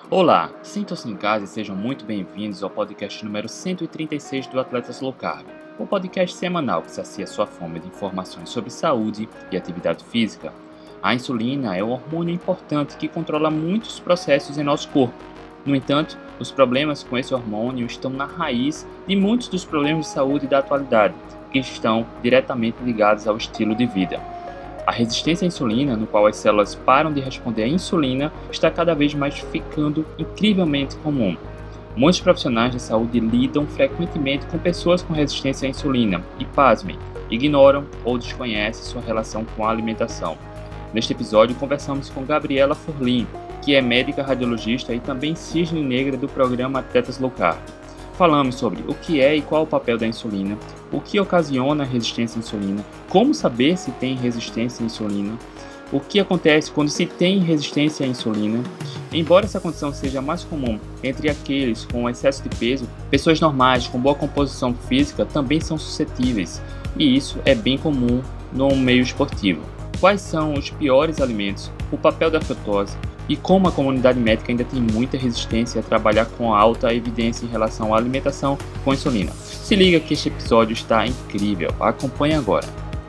Olá, sintam-se em casa e sejam muito bem-vindos ao podcast número 136 do Atletas Low Carb, um podcast semanal que sacia sua fome de informações sobre saúde e atividade física. A insulina é um hormônio importante que controla muitos processos em nosso corpo. No entanto, os problemas com esse hormônio estão na raiz de muitos dos problemas de saúde da atualidade, que estão diretamente ligados ao estilo de vida. A resistência à insulina, no qual as células param de responder à insulina, está cada vez mais ficando incrivelmente comum. Muitos profissionais de saúde lidam frequentemente com pessoas com resistência à insulina e, pasmem, ignoram ou desconhecem sua relação com a alimentação. Neste episódio, conversamos com Gabriela Furlim, que é médica radiologista e também cisne negra do programa Atletas Low Carb. Falamos sobre o que é e qual é o papel da insulina, o que ocasiona a resistência à insulina, como saber se tem resistência à insulina, o que acontece quando se tem resistência à insulina. Embora essa condição seja mais comum entre aqueles com excesso de peso, pessoas normais com boa composição física também são suscetíveis, e isso é bem comum no meio esportivo. Quais são os piores alimentos, o papel da frutose e como a comunidade médica ainda tem muita resistência a trabalhar com alta evidência em relação à alimentação com insulina. Se liga que este episódio está incrível, acompanhe agora.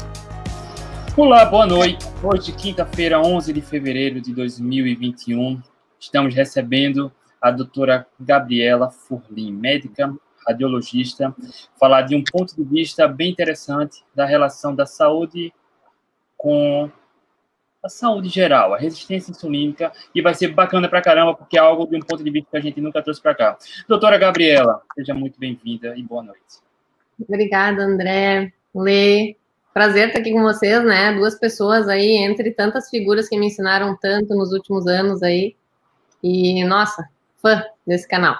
Olá, boa noite. Hoje, quinta-feira, 11 de fevereiro de 2021, estamos recebendo a doutora Gabriela Furlim, médica radiologista, falar de um ponto de vista bem interessante da relação da saúde com a saúde geral, a resistência insulínica, e vai ser bacana pra caramba, porque é algo de um ponto de vista que a gente nunca trouxe para cá. Doutora Gabriela, seja muito bem-vinda e boa noite. Obrigada, André, Lê. Prazer estar aqui com vocês, né? Duas pessoas aí, entre tantas figuras que me ensinaram tanto nos últimos anos aí. E, nossa, fã desse canal.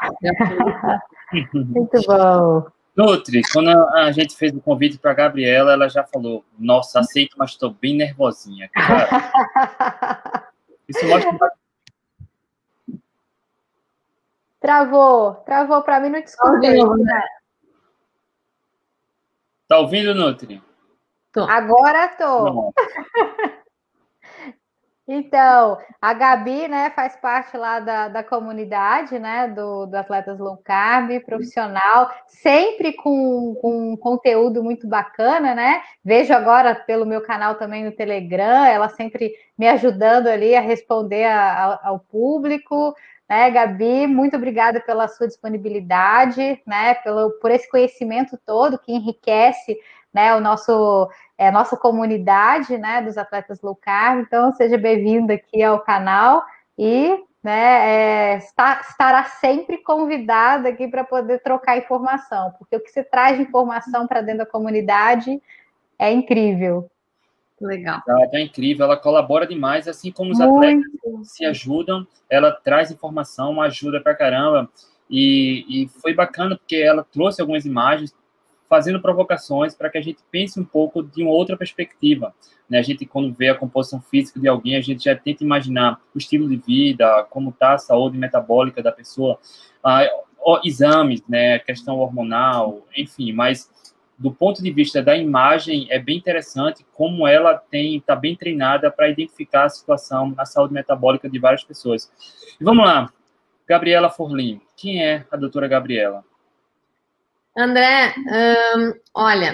Muito bom. Nutri, quando a gente fez o convite para a Gabriela, ela já falou, nossa, aceito, mas estou bem nervosinha. Cara. Isso mostra... Travou para mim, não te escutei. Tá ouvindo, Nutri? Tô. Agora tô. Então, a Gabi, né, faz parte lá da comunidade, né, do Atletas Low Carb, profissional, sempre com conteúdo muito bacana, né? Vejo agora pelo meu canal também no Telegram, ela sempre me ajudando ali a responder ao público, né, Gabi? Muito obrigada pela sua disponibilidade, né, por esse conhecimento todo que enriquece, né, a nossa comunidade, né, dos Atletas Low Carb. Então, seja bem-vindo aqui ao canal e, né, estará sempre convidada aqui para poder trocar informação, porque o que você traz de informação para dentro da comunidade é incrível. Legal. Ela é incrível, ela colabora demais, assim como os atletas se ajudam, ela traz informação, ajuda pra caramba, e foi bacana porque ela trouxe algumas imagens, fazendo provocações para que a gente pense um pouco de uma outra perspectiva, né? A gente, quando vê a composição física de alguém, a gente já tenta imaginar o estilo de vida, como está a saúde metabólica da pessoa, exames, né? Questão hormonal, enfim, mas do ponto de vista da imagem, é bem interessante como ela está bem treinada para identificar a situação, a saúde metabólica de várias pessoas. E vamos lá, Gabriela Furlim, quem é a doutora Gabriela? André, olha,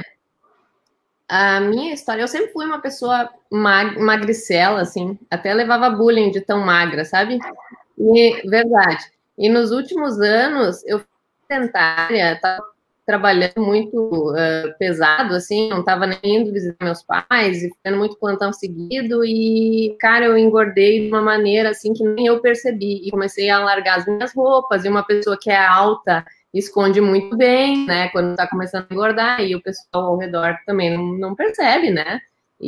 a minha história, eu sempre fui uma pessoa magricela, assim, até levava bullying de tão magra, sabe? E, verdade. E nos últimos anos, eu fui sedentária, estava trabalhando muito pesado, assim, não estava nem indo visitar meus pais, e fazendo muito plantão seguido, e, cara, eu engordei de uma maneira, assim, que nem eu percebi, e comecei a largar as minhas roupas, e uma pessoa que é alta esconde muito bem, né, quando tá começando a engordar, e o pessoal ao redor também não percebe, né,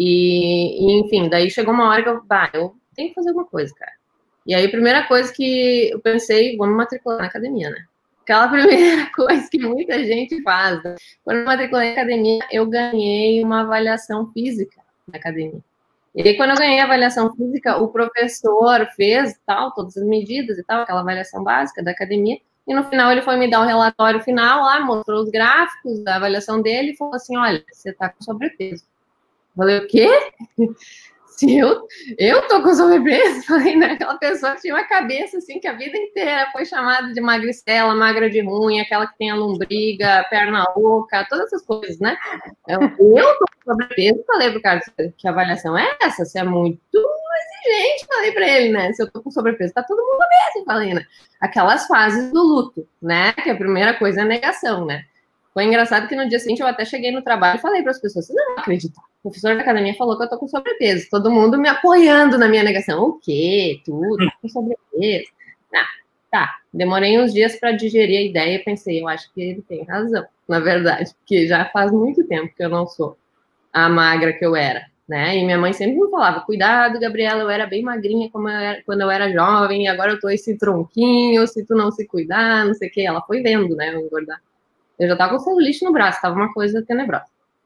e enfim, daí chegou uma hora que eu tenho que fazer alguma coisa, cara. E aí a primeira coisa que eu pensei, vou me matricular na academia, né, aquela primeira coisa que muita gente faz, né? Quando eu me matriculei na academia, eu ganhei uma avaliação física na academia. E aí, quando eu ganhei a avaliação física, o professor fez tal, todas as medidas e tal, aquela avaliação básica da academia, e no final ele foi me dar um relatório final lá, mostrou os gráficos da avaliação dele e falou assim, olha, você tá com sobrepeso. Eu falei, o quê? se eu tô com sobrepeso, falei, né? Aquela pessoa que tinha uma cabeça assim, que a vida inteira foi chamada de magricela, magra de ruim, aquela que tem a lombriga, perna oca, todas essas coisas, né? Eu tô com sobrepeso, falei pro cara que a avaliação é essa, você é muito exigente, falei pra ele, né? Se eu tô com sobrepeso, tá todo mundo mesmo, falei, né? Aquelas fases do luto, né? Que a primeira coisa é a negação, né? Foi engraçado que no dia seguinte eu até cheguei no trabalho e falei para as pessoas, não acreditam. O professor da academia falou que eu tô com sobrepeso. Todo mundo me apoiando na minha negação. O quê? Tudo? Tô com sobrepeso. Ah, tá. Demorei uns dias para digerir a ideia e pensei, eu acho que ele tem razão, na verdade. Porque já faz muito tempo que eu não sou a magra que eu era, né? E minha mãe sempre me falava, cuidado, Gabriela, eu era bem magrinha quando eu era jovem, e agora eu tô esse tronquinho, se tu não se cuidar, não sei o quê. Ela foi vendo, né, eu engordar. Eu já tava com celulite no braço, tava uma coisa tenebrosa.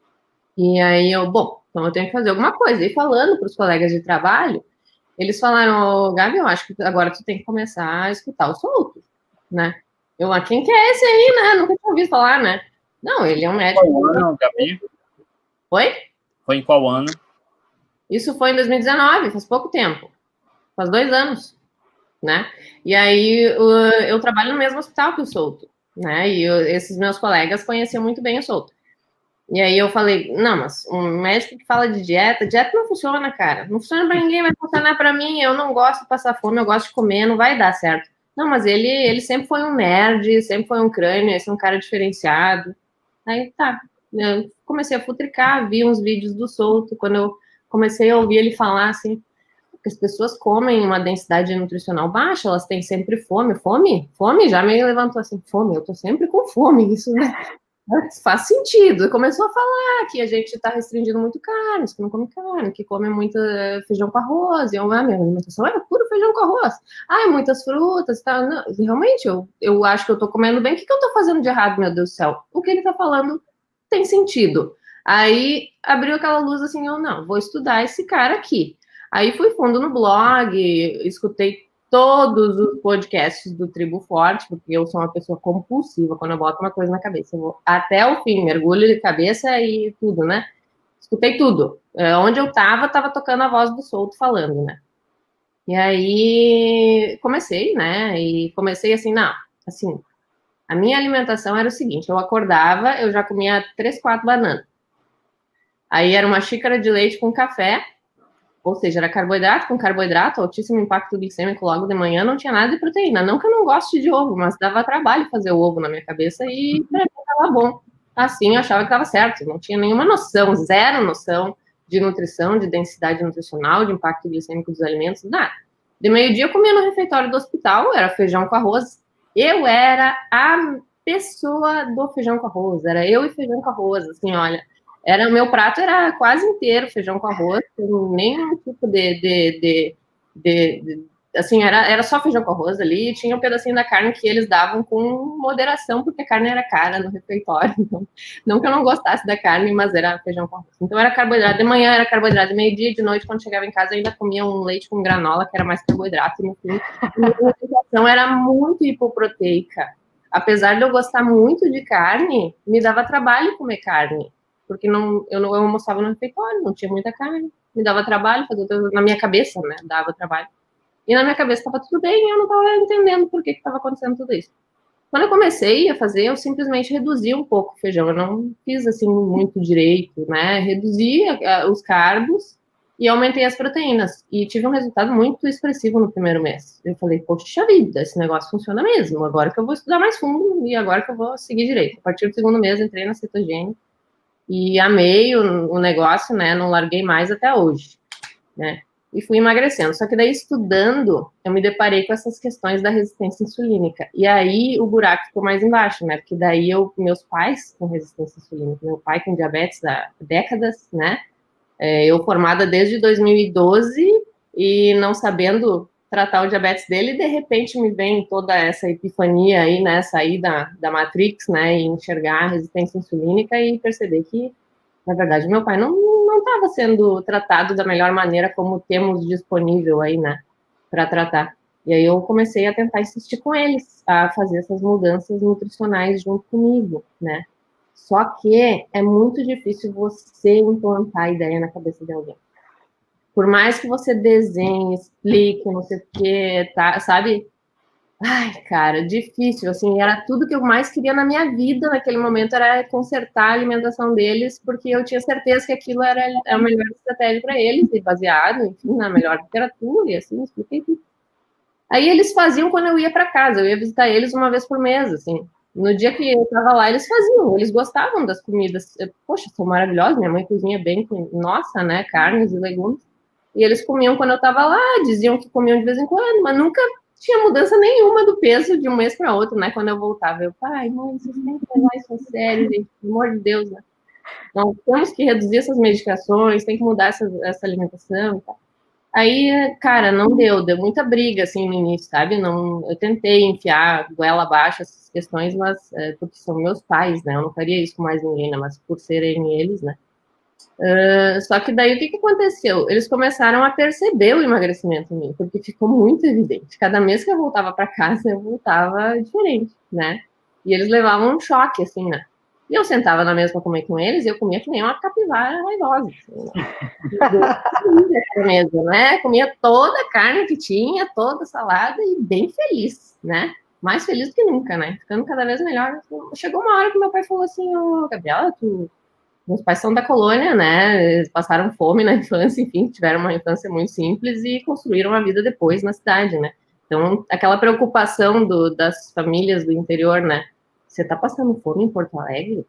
E aí então eu tenho que fazer alguma coisa. E falando para os colegas de trabalho, eles falaram, oh, Gabi, eu acho que agora tu tem que começar a escutar o Souto, né? Quem que é esse aí, né? Nunca tinha ouvido falar, né? Não, ele é um médico. Qual ano, Gabi? Oi? Foi em qual ano? Isso foi em 2019, faz pouco tempo. Faz 2 anos, né? E aí eu trabalho no mesmo hospital que o Souto, né? E esses meus colegas conheciam muito bem o Souto. E aí eu falei, não, mas um médico que fala de dieta não funciona, cara. Não funciona pra ninguém, vai funcionar pra mim. Eu não gosto de passar fome, eu gosto de comer, não vai dar certo. Não, mas ele sempre foi um nerd, sempre foi um crânio, esse é um cara diferenciado. Aí tá, eu comecei a futricar, vi uns vídeos do Souto, quando eu comecei a ouvir ele falar assim, que as pessoas comem uma densidade nutricional baixa, elas têm sempre fome. Fome? Já me levantou assim, fome, eu tô sempre com fome, isso, né? Faz sentido. Começou a falar que a gente está restringindo muito carne, que não come carne, que come muito feijão com arroz. E minha alimentação é puro feijão com arroz. Muitas frutas e tal. Não, realmente, eu acho que eu estou comendo bem. O que eu estou fazendo de errado, meu Deus do céu? O que ele está falando tem sentido. Aí abriu aquela luz assim, não, vou estudar esse cara aqui. Aí fui fundo no blog, escutei todos os podcasts do Tribo Forte, porque eu sou uma pessoa compulsiva, quando eu boto uma coisa na cabeça, eu vou até o fim, mergulho de cabeça e tudo, né? Escutei tudo. Onde eu tava tocando a voz do Souto falando, né? E aí comecei, né? E comecei assim, a minha alimentação era o seguinte, eu acordava, eu já comia 3, 4 bananas. Aí era uma xícara de leite com café, ou seja, era carboidrato com carboidrato, altíssimo impacto glicêmico logo de manhã, não tinha nada de proteína. Não que eu não goste de ovo, mas dava trabalho fazer o ovo na minha cabeça e pra mim estava bom. Assim, eu achava que estava certo. Não tinha nenhuma noção, zero noção de nutrição, de densidade nutricional, de impacto glicêmico dos alimentos, nada. De meio-dia eu comia no refeitório do hospital, era feijão com arroz. Eu era a pessoa do feijão com arroz, era eu e feijão com arroz, assim, olha. O meu prato era quase inteiro feijão com arroz, sem nenhum tipo assim, era só feijão com arroz ali, e tinha um pedacinho da carne que eles davam com moderação, porque a carne era cara no refeitório, então, não que eu não gostasse da carne, mas era feijão com arroz. Então era carboidrato, de manhã era carboidrato, de meio-dia, de noite, quando chegava em casa, ainda comia um leite com granola, que era mais carboidrato, e no fim, a minha alimentação era muito hipoproteica. Apesar de eu gostar muito de carne, me dava trabalho comer carne, porque eu almoçava no refeitório, não tinha muita carne, me dava trabalho, na minha cabeça, né, dava trabalho. E na minha cabeça estava tudo bem, e eu não estava entendendo por que estava acontecendo tudo isso. Quando eu comecei a fazer, eu simplesmente reduzi um pouco o feijão, eu não fiz assim muito direito, né, reduzi os carbos e aumentei as proteínas, e tive um resultado muito expressivo no primeiro mês. Eu falei, poxa vida, esse negócio funciona mesmo, agora que eu vou estudar mais fundo, e agora que eu vou seguir direito. A partir do segundo mês, entrei na cetogênica, e amei o negócio, né, não larguei mais até hoje, né, e fui emagrecendo. Só que daí, estudando, eu me deparei com essas questões da resistência insulínica, e aí o buraco ficou mais embaixo, né, porque daí meus pais com resistência insulínica, meu pai com diabetes há décadas, né, eu formada desde 2012, e não sabendo tratar o diabetes dele, de repente me vem toda essa epifania aí, né, sair da Matrix, né, e enxergar a resistência insulínica e perceber que, na verdade, meu pai não estava sendo tratado da melhor maneira como temos disponível aí, né, para tratar. E aí eu comecei a tentar insistir com eles, a fazer essas mudanças nutricionais junto comigo, né. Só que é muito difícil você implantar a ideia na cabeça de alguém. Por mais que você desenhe, explique, não sei o quê, tá, sabe? Ai, cara, difícil, assim, era tudo que eu mais queria na minha vida naquele momento, era consertar a alimentação deles, porque eu tinha certeza que aquilo era a melhor estratégia para eles, e baseado, enfim, na melhor literatura, e assim, expliquei tudo. Aí eles faziam quando eu ia para casa, eu ia visitar eles uma vez por mês, assim. No dia que eu estava lá, eles faziam, eles gostavam das comidas. Poxa, são maravilhosas, minha mãe cozinha bem, nossa, né, carnes e legumes. E eles comiam quando eu estava lá, diziam que comiam de vez em quando, mas nunca tinha mudança nenhuma do peso de um mês para outro, né? Quando eu voltava, eu, pai, mãe, vocês têm que levar isso a sério, gente, pelo amor de Deus, né? Então, temos que reduzir essas medicações, tem que mudar essa alimentação e tal. Aí, cara, não deu muita briga, assim, no início, sabe? Não, eu tentei enfiar goela abaixo essas questões, mas, porque são meus pais, né? Eu não faria isso com mais ninguém, né? Mas por serem eles, né? Só que daí o que aconteceu? Eles começaram a perceber o emagrecimento em mim, porque ficou muito evidente. Cada mês que eu voltava para casa, eu voltava diferente, né? E eles levavam um choque, assim, né? E eu sentava na mesa para comer com eles e eu comia que nem uma capivara raivosa. Assim, né? Comia toda a carne que tinha, toda a salada e bem feliz, né? Mais feliz do que nunca, né? Ficando cada vez melhor. Chegou uma hora que meu pai falou assim, ô, Gabriela, meus pais são da colônia, né? Eles passaram fome na infância, enfim, tiveram uma infância muito simples e construíram uma vida depois na cidade, né? Então, aquela preocupação das famílias do interior, né? Você tá passando fome em Porto Alegre?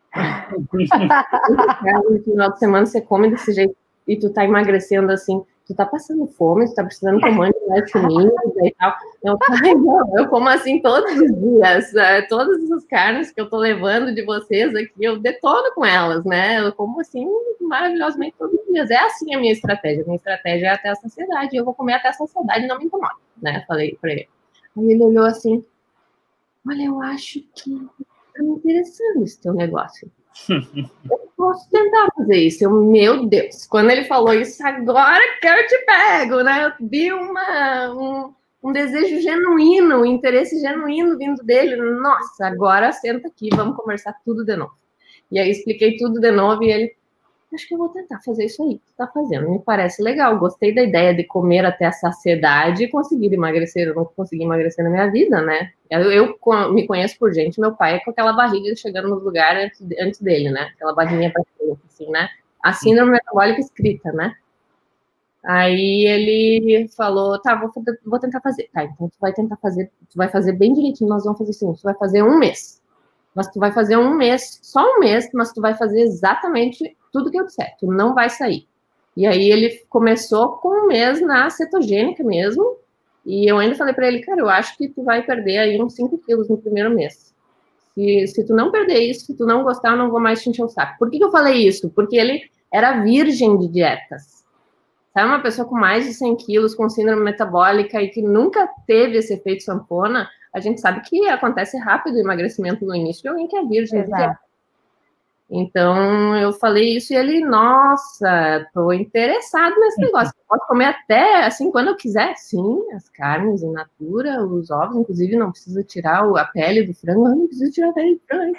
No final de semana você come desse jeito e tu tá emagrecendo assim, tu tá passando fome, tu tá precisando tomar mais comida e tal. Meu pai, não, eu como assim todos os dias, todas essas carnes que eu tô levando de vocês aqui, eu detono com elas, né? Eu como assim maravilhosamente todos os dias. É assim a minha estratégia. A minha estratégia é até a saciedade. Eu vou comer até a saciedade, não me incomoda, né? Falei pra ele. Aí ele olhou assim, olha, eu acho que tá me interessando esse teu negócio. Eu posso tentar fazer isso. Meu Deus, quando ele falou isso, agora que eu te pego, né? Eu vi um desejo genuíno, um interesse genuíno vindo dele. Nossa, agora senta aqui, vamos conversar tudo de novo. E aí expliquei tudo de novo e ele, acho que eu vou tentar fazer isso aí que tu tá fazendo. Me parece legal, gostei da ideia de comer até a saciedade e conseguir emagrecer. Eu não consegui emagrecer na minha vida, né? Eu me conheço por gente, meu pai é com aquela barriga chegando nos lugares antes dele, né? Aquela barriguinha pra frente, assim, né? A síndrome metabólica escrita, né? Aí ele falou, tá, vou tentar fazer. Tá, então tu vai tentar fazer, tu vai fazer bem direitinho, nós vamos fazer assim, tu vai fazer um mês. Mas tu vai fazer um mês, só um mês, mas tu vai fazer exatamente tudo que eu disser, tu não vai sair. E aí ele começou com um mês na cetogênica mesmo, e eu ainda falei para ele, cara, eu acho que tu vai perder aí uns 5 quilos no primeiro mês. Se tu não perder isso, se tu não gostar, eu não vou mais te encher o saco. Por que eu falei isso? Porque ele era virgem de dietas. Sabe, uma pessoa com mais de 100 quilos, com síndrome metabólica e que nunca teve esse efeito sanfona, a gente sabe que acontece rápido o emagrecimento no início de alguém que é virgem. Exato. Então, eu falei isso e ele, nossa, tô interessado nesse negócio. Posso comer até, assim, quando eu quiser? Sim, as carnes in natura, os ovos, inclusive não precisa tirar a pele do frango. Eu não preciso tirar a pele do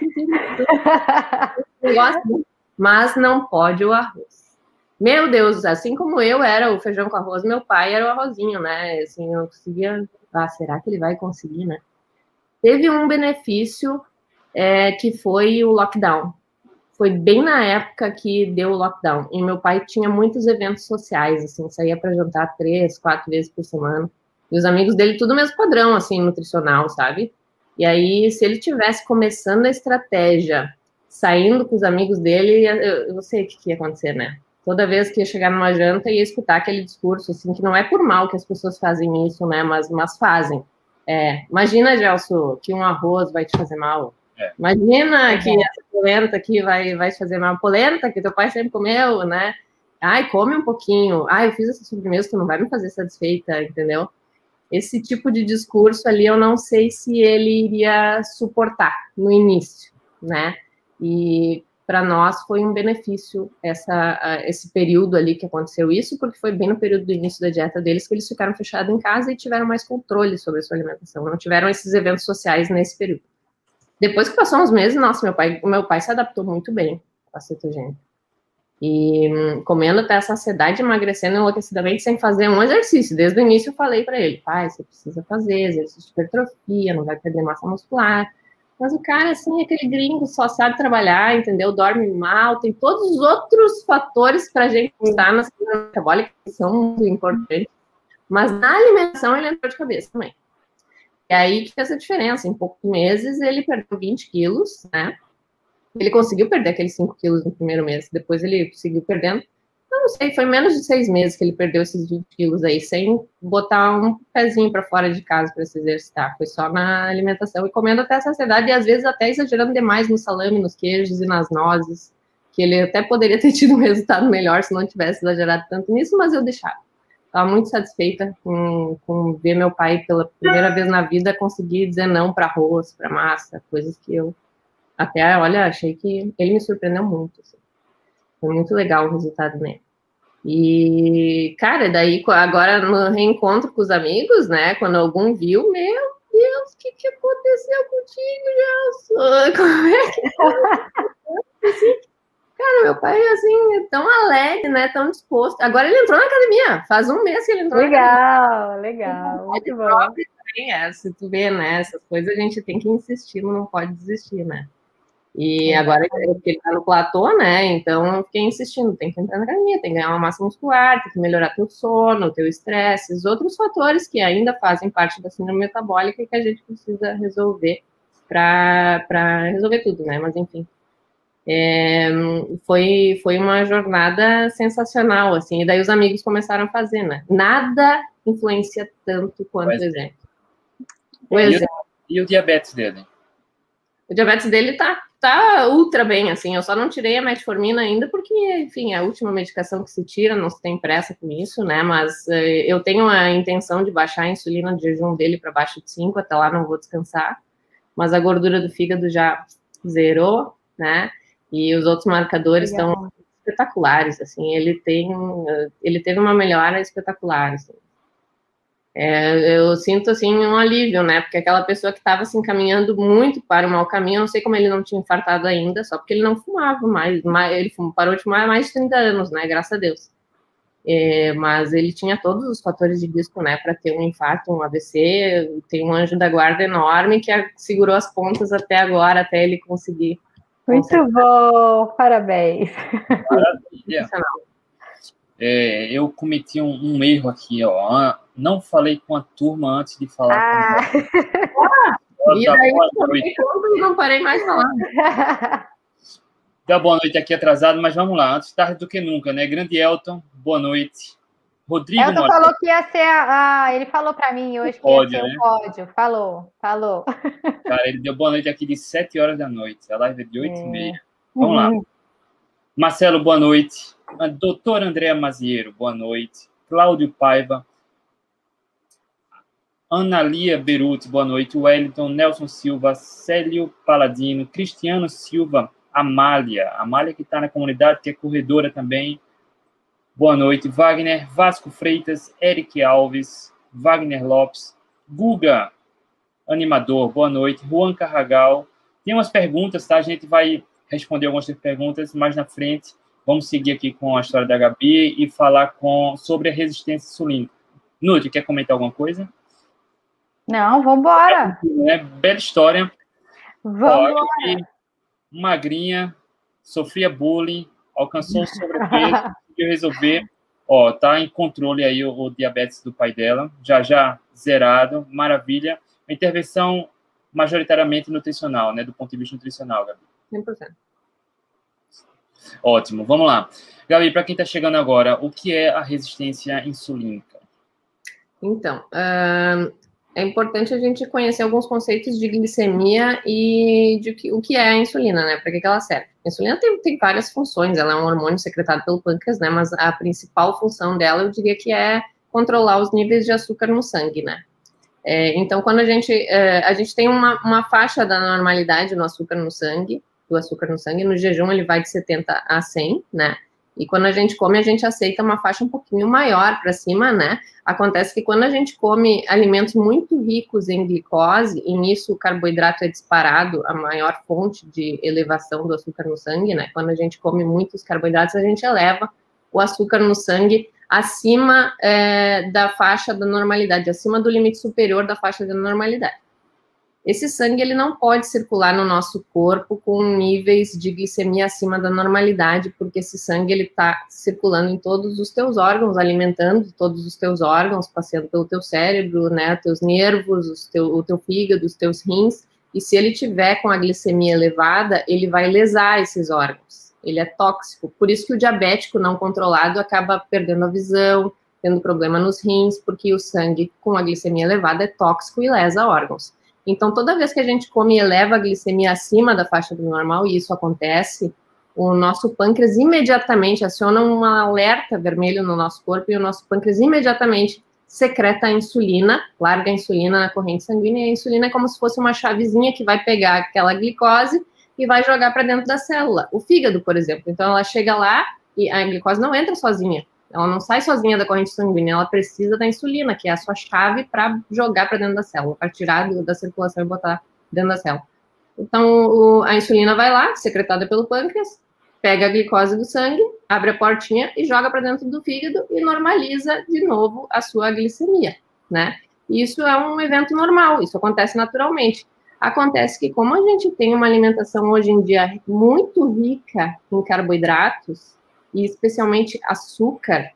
frango. Mas não pode o arroz. Meu Deus, assim como eu era o feijão com arroz, meu pai era o arrozinho, né? Assim, eu não conseguia... Ah, será que ele vai conseguir, né? Teve um benefício que foi o lockdown. Foi bem na época que deu o lockdown. E meu pai tinha muitos eventos sociais, assim, saía para jantar 3, 4 vezes por semana. E os amigos dele, tudo mesmo padrão, assim, nutricional, sabe? E aí, se ele tivesse começando a estratégia, saindo com os amigos dele, eu sei o que ia acontecer, né? Toda vez que ia chegar numa janta, ia escutar aquele discurso, assim, que não é por mal que as pessoas fazem isso, né? Mas fazem. Imagina, Gelson, que um arroz vai te fazer mal. Imagina que essa polenta aqui vai te fazer mal. Polenta que teu pai sempre comeu, né? Ai, come um pouquinho. Ai, eu fiz essa sobremesa, tu não vai me fazer satisfeita, entendeu? Esse tipo de discurso ali, eu não sei se ele iria suportar no início, né? E para nós foi um benefício esse período ali que aconteceu isso, porque foi bem no período do início da dieta deles que eles ficaram fechados em casa e tiveram mais controle sobre a sua alimentação. Não tiveram esses eventos sociais nesse período. Depois que passou uns meses, nossa, meu pai se adaptou muito bem à cetogênica. E comendo até a saciedade, emagrecendo enlouquecidamente sem fazer um exercício. Desde o início eu falei para ele, pai, você precisa fazer exercício de hipertrofia, não vai perder massa muscular. Mas o cara, assim, aquele gringo, só sabe trabalhar, entendeu? Dorme mal, tem todos os outros fatores para a gente estar na saúde metabólica que são muito importantes. Mas na alimentação ele entrou de cabeça também. E aí que fez a diferença. Em poucos meses ele perdeu 20 quilos, né? Ele conseguiu perder aqueles 5 quilos no primeiro mês. Depois ele seguiu perdendo. Eu não sei, foi menos de 6 meses que ele perdeu esses 20 quilos aí, sem botar um pezinho para fora de casa para se exercitar. Foi só na alimentação e comendo até a saciedade, e às vezes até exagerando demais no salame, nos queijos e nas nozes, que ele até poderia ter tido um resultado melhor se não tivesse exagerado tanto nisso, mas eu deixava. Estava muito satisfeita com ver meu pai pela primeira vez na vida conseguir dizer não para arroz, para massa, coisas que eu até, olha, achei que ele me surpreendeu muito. Assim. Foi muito legal o resultado dele. E, cara, daí agora no reencontro com os amigos, né? Quando algum viu, meu Deus, o que aconteceu contigo, Gelson? Como é que assim, cara, meu pai assim, é tão alegre, né? Tão disposto. Agora ele entrou na academia. Faz um mês que ele entrou legal, na academia. Legal, muito bom. Também é, se tu vê, né? Essas coisas a gente tem que insistir, não pode desistir, né? E agora que ele tá no platô, né? Então eu fiquei insistindo, tem que entrar na academia, tem que ganhar uma massa muscular, tem que melhorar teu sono, teu estresse, os outros fatores que ainda fazem parte da síndrome metabólica e que a gente precisa resolver para resolver tudo, né? Mas enfim. Foi uma jornada sensacional, assim, e daí os amigos começaram a fazer, né? Nada influencia tanto quanto o exemplo. E o diabetes dele? O diabetes dele tá ultra bem, assim, eu só não tirei a metformina ainda porque, enfim, é a última medicação que se tira, não se tem pressa com isso, né, mas eu tenho a intenção de baixar a insulina de jejum dele para baixo de 5, até lá não vou descansar, mas a gordura do fígado já zerou, né, e os outros marcadores estão espetaculares, assim, ele teve uma melhora espetacular, assim. Eu sinto, assim, um alívio, né, porque aquela pessoa que estava se encaminhando muito para o mau caminho, eu não sei como ele não tinha infartado ainda, só porque ele não fumava mais ele parou de fumar há mais de 30 anos, né, graças a Deus. Mas ele tinha todos os fatores de risco, né, para ter um infarto, um AVC, tem um anjo da guarda enorme que segurou as pontas até agora, até ele conseguir. Muito bom, parabéns. Maravilha. Eu cometi um erro aqui, ó. Não falei com a turma antes de falar com e daí eu não parei mais de falar. Dá boa noite aqui atrasado, mas vamos lá. Antes tarde do que nunca, né? Grande Elton, boa noite. Rodrigo Elton falou que ia ser ele falou para mim hoje que ia ser o pódio. Falou. Cara, ele deu boa noite aqui de 7 horas da noite. A live é de 8h30. Vamos lá. Marcelo, boa noite. Doutora Andréa Maziero, boa noite. Cláudio Paiva. Analia Beruti, boa noite. Wellington, Nelson Silva, Célio Paladino, Cristiano Silva, Amália que está na comunidade, que é corredora também. Boa noite. Wagner, Vasco Freitas, Eric Alves, Wagner Lopes, Guga, animador, boa noite. Juan Carragal. Tem umas perguntas, tá? A gente vai responder algumas perguntas mais na frente. Vamos seguir aqui com a história da Gabi e falar sobre a resistência insulínica. Nútil, quer comentar alguma coisa? Não, vamos embora. Bela história. Vamos embora. Magrinha, sofria bullying, alcançou o sobrepeso, conseguiu resolver. Tá em controle aí o diabetes do pai dela, já zerado, maravilha. Uma intervenção majoritariamente nutricional, né, do ponto de vista nutricional, Gabi. 100%. Ótimo, vamos lá. Gabi, para quem está chegando agora, o que é a resistência insulínica? Então, é importante a gente conhecer alguns conceitos de glicemia e o que é a insulina, né? Para que ela serve? A insulina tem várias funções, ela é um hormônio secretado pelo pâncreas, né? Mas a principal função dela, eu diria que é controlar os níveis de açúcar no sangue, né? Então, quando a gente tem uma faixa da normalidade no açúcar no sangue, no jejum ele vai de 70 a 100, né? E quando a gente come, a gente aceita uma faixa um pouquinho maior para cima, né? Acontece que quando a gente come alimentos muito ricos em glicose, e nisso o carboidrato é disparado, a maior fonte de elevação do açúcar no sangue, né? Quando a gente come muitos carboidratos, a gente eleva o açúcar no sangue acima da faixa da normalidade, acima do limite superior da faixa da normalidade. Esse sangue, ele não pode circular no nosso corpo com níveis de glicemia acima da normalidade, porque esse sangue, ele está circulando em todos os teus órgãos, alimentando todos os teus órgãos, passeando pelo teu cérebro, né, teus nervos, o teu fígado, os teus rins, e se ele tiver com a glicemia elevada, ele vai lesar esses órgãos, ele é tóxico, por isso que o diabético não controlado acaba perdendo a visão, tendo problema nos rins, porque o sangue com a glicemia elevada é tóxico e lesa órgãos. Então, toda vez que a gente come e eleva a glicemia acima da faixa do normal, e isso acontece, o nosso pâncreas imediatamente aciona um alerta vermelho no nosso corpo, e o nosso pâncreas imediatamente secreta a insulina, larga a insulina na corrente sanguínea, e a insulina é como se fosse uma chavezinha que vai pegar aquela glicose e vai jogar para dentro da célula. O fígado, por exemplo, então ela chega lá e a glicose não entra sozinha. Ela não sai sozinha da corrente sanguínea, ela precisa da insulina, que é a sua chave para jogar para dentro da célula, para tirar da circulação e botar dentro da célula. Então, a insulina vai lá, secretada pelo pâncreas, pega a glicose do sangue, abre a portinha e joga para dentro do fígado e normaliza de novo a sua glicemia, né? Isso é um evento normal, isso acontece naturalmente. Acontece que, como a gente tem uma alimentação hoje em dia muito rica em carboidratos, e especialmente açúcar,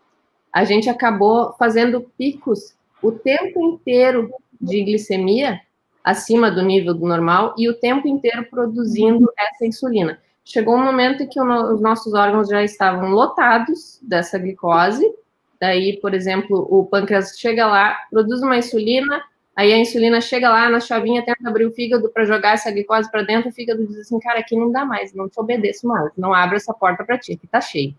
a gente acabou fazendo picos o tempo inteiro de glicemia acima do nível do normal e o tempo inteiro produzindo essa insulina. Chegou um momento em que os nossos órgãos já estavam lotados dessa glicose, daí, por exemplo, o pâncreas chega lá, produz uma insulina, aí a insulina chega lá na chavinha, tenta abrir o fígado para jogar essa glicose para dentro, o fígado diz assim, cara, aqui não dá mais, não te obedeço mais, não abre essa porta para ti, aqui tá cheio.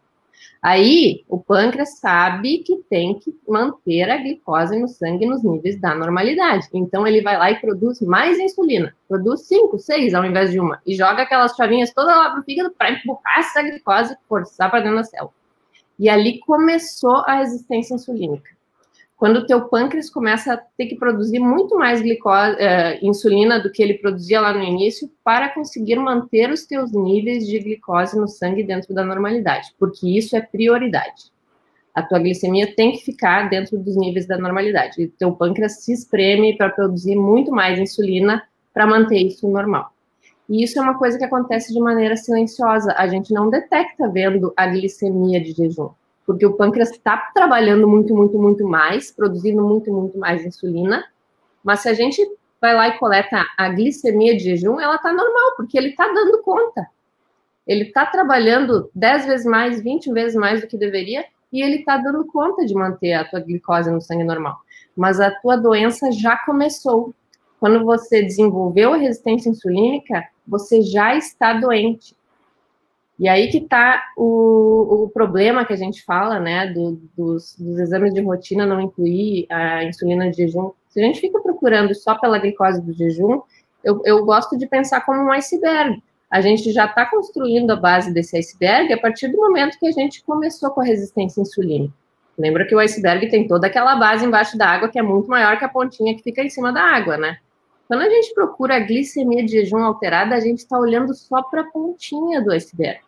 Aí, o pâncreas sabe que tem que manter a glicose no sangue nos níveis da normalidade. Então, ele vai lá e produz mais insulina. Produz 5, 6 ao invés de uma. E joga aquelas chavinhas todas lá pro fígado para empurrar essa glicose, forçar para dentro da célula. E ali começou a resistência insulínica. Quando o teu pâncreas começa a ter que produzir muito mais insulina do que ele produzia lá no início para conseguir manter os teus níveis de glicose no sangue dentro da normalidade, porque isso é prioridade. A tua glicemia tem que ficar dentro dos níveis da normalidade. E o teu pâncreas se espreme para produzir muito mais insulina para manter isso normal. E isso é uma coisa que acontece de maneira silenciosa. A gente não detecta vendo a glicemia de jejum. Porque o pâncreas está trabalhando muito, muito, muito mais, produzindo muito, muito mais insulina, mas se a gente vai lá e coleta a glicemia de jejum, ela está normal, porque ele está dando conta. Ele está trabalhando 10 vezes mais, 20 vezes mais do que deveria, e ele está dando conta de manter a tua glicose no sangue normal. Mas a tua doença já começou. Quando você desenvolveu a resistência insulínica, você já está doente. E aí que está o problema que a gente fala, né, dos exames de rotina não incluir a insulina de jejum. Se a gente fica procurando só pela glicose do jejum, eu gosto de pensar como um iceberg. A gente já está construindo a base desse iceberg a partir do momento que a gente começou com a resistência insulínica. Lembra que o iceberg tem toda aquela base embaixo da água que é muito maior que a pontinha que fica em cima da água, né? Quando a gente procura a glicemia de jejum alterada, a gente está olhando só para a pontinha do iceberg.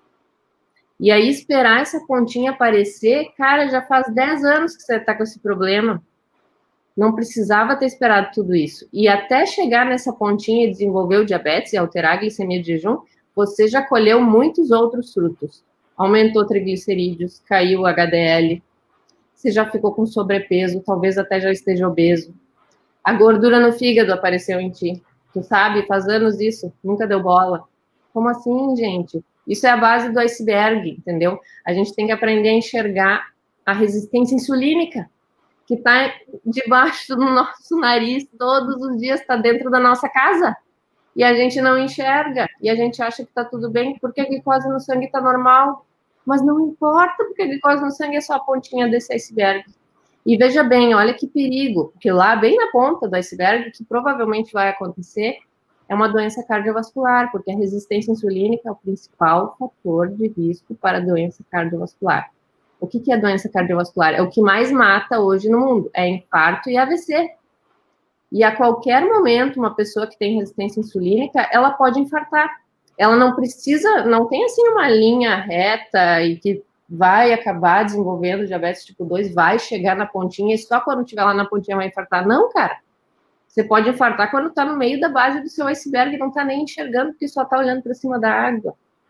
E aí, esperar essa pontinha aparecer, cara, já faz 10 anos que você está com esse problema. Não precisava ter esperado tudo isso. E até chegar nessa pontinha e desenvolver o diabetes e alterar a glicemia de jejum, você já colheu muitos outros frutos. Aumentou triglicerídeos, caiu o HDL, você já ficou com sobrepeso, talvez até já esteja obeso. A gordura no fígado apareceu em ti. Tu sabe, faz anos isso, nunca deu bola. Como assim, gente? Isso é a base do iceberg, entendeu? A gente tem que aprender a enxergar a resistência insulínica, que está debaixo do nosso nariz todos os dias, está dentro da nossa casa. E a gente não enxerga, e a gente acha que está tudo bem, porque a glicose no sangue está normal. Mas não importa, porque a glicose no sangue é só a pontinha desse iceberg. E veja bem, olha que perigo, porque lá, bem na ponta do iceberg, que provavelmente vai acontecer, é uma doença cardiovascular, porque a resistência insulínica é o principal fator de risco para a doença cardiovascular. O que é doença cardiovascular? É o que mais mata hoje no mundo, é infarto e AVC. E a qualquer momento, uma pessoa que tem resistência insulínica, ela pode infartar. Ela não precisa, não tem assim uma linha reta e que vai acabar desenvolvendo diabetes tipo 2, vai chegar na pontinha e só quando estiver lá na pontinha vai infartar. Não, cara. Você pode infartar quando está no meio da base do seu iceberg e não está nem enxergando porque só está olhando para cima da água.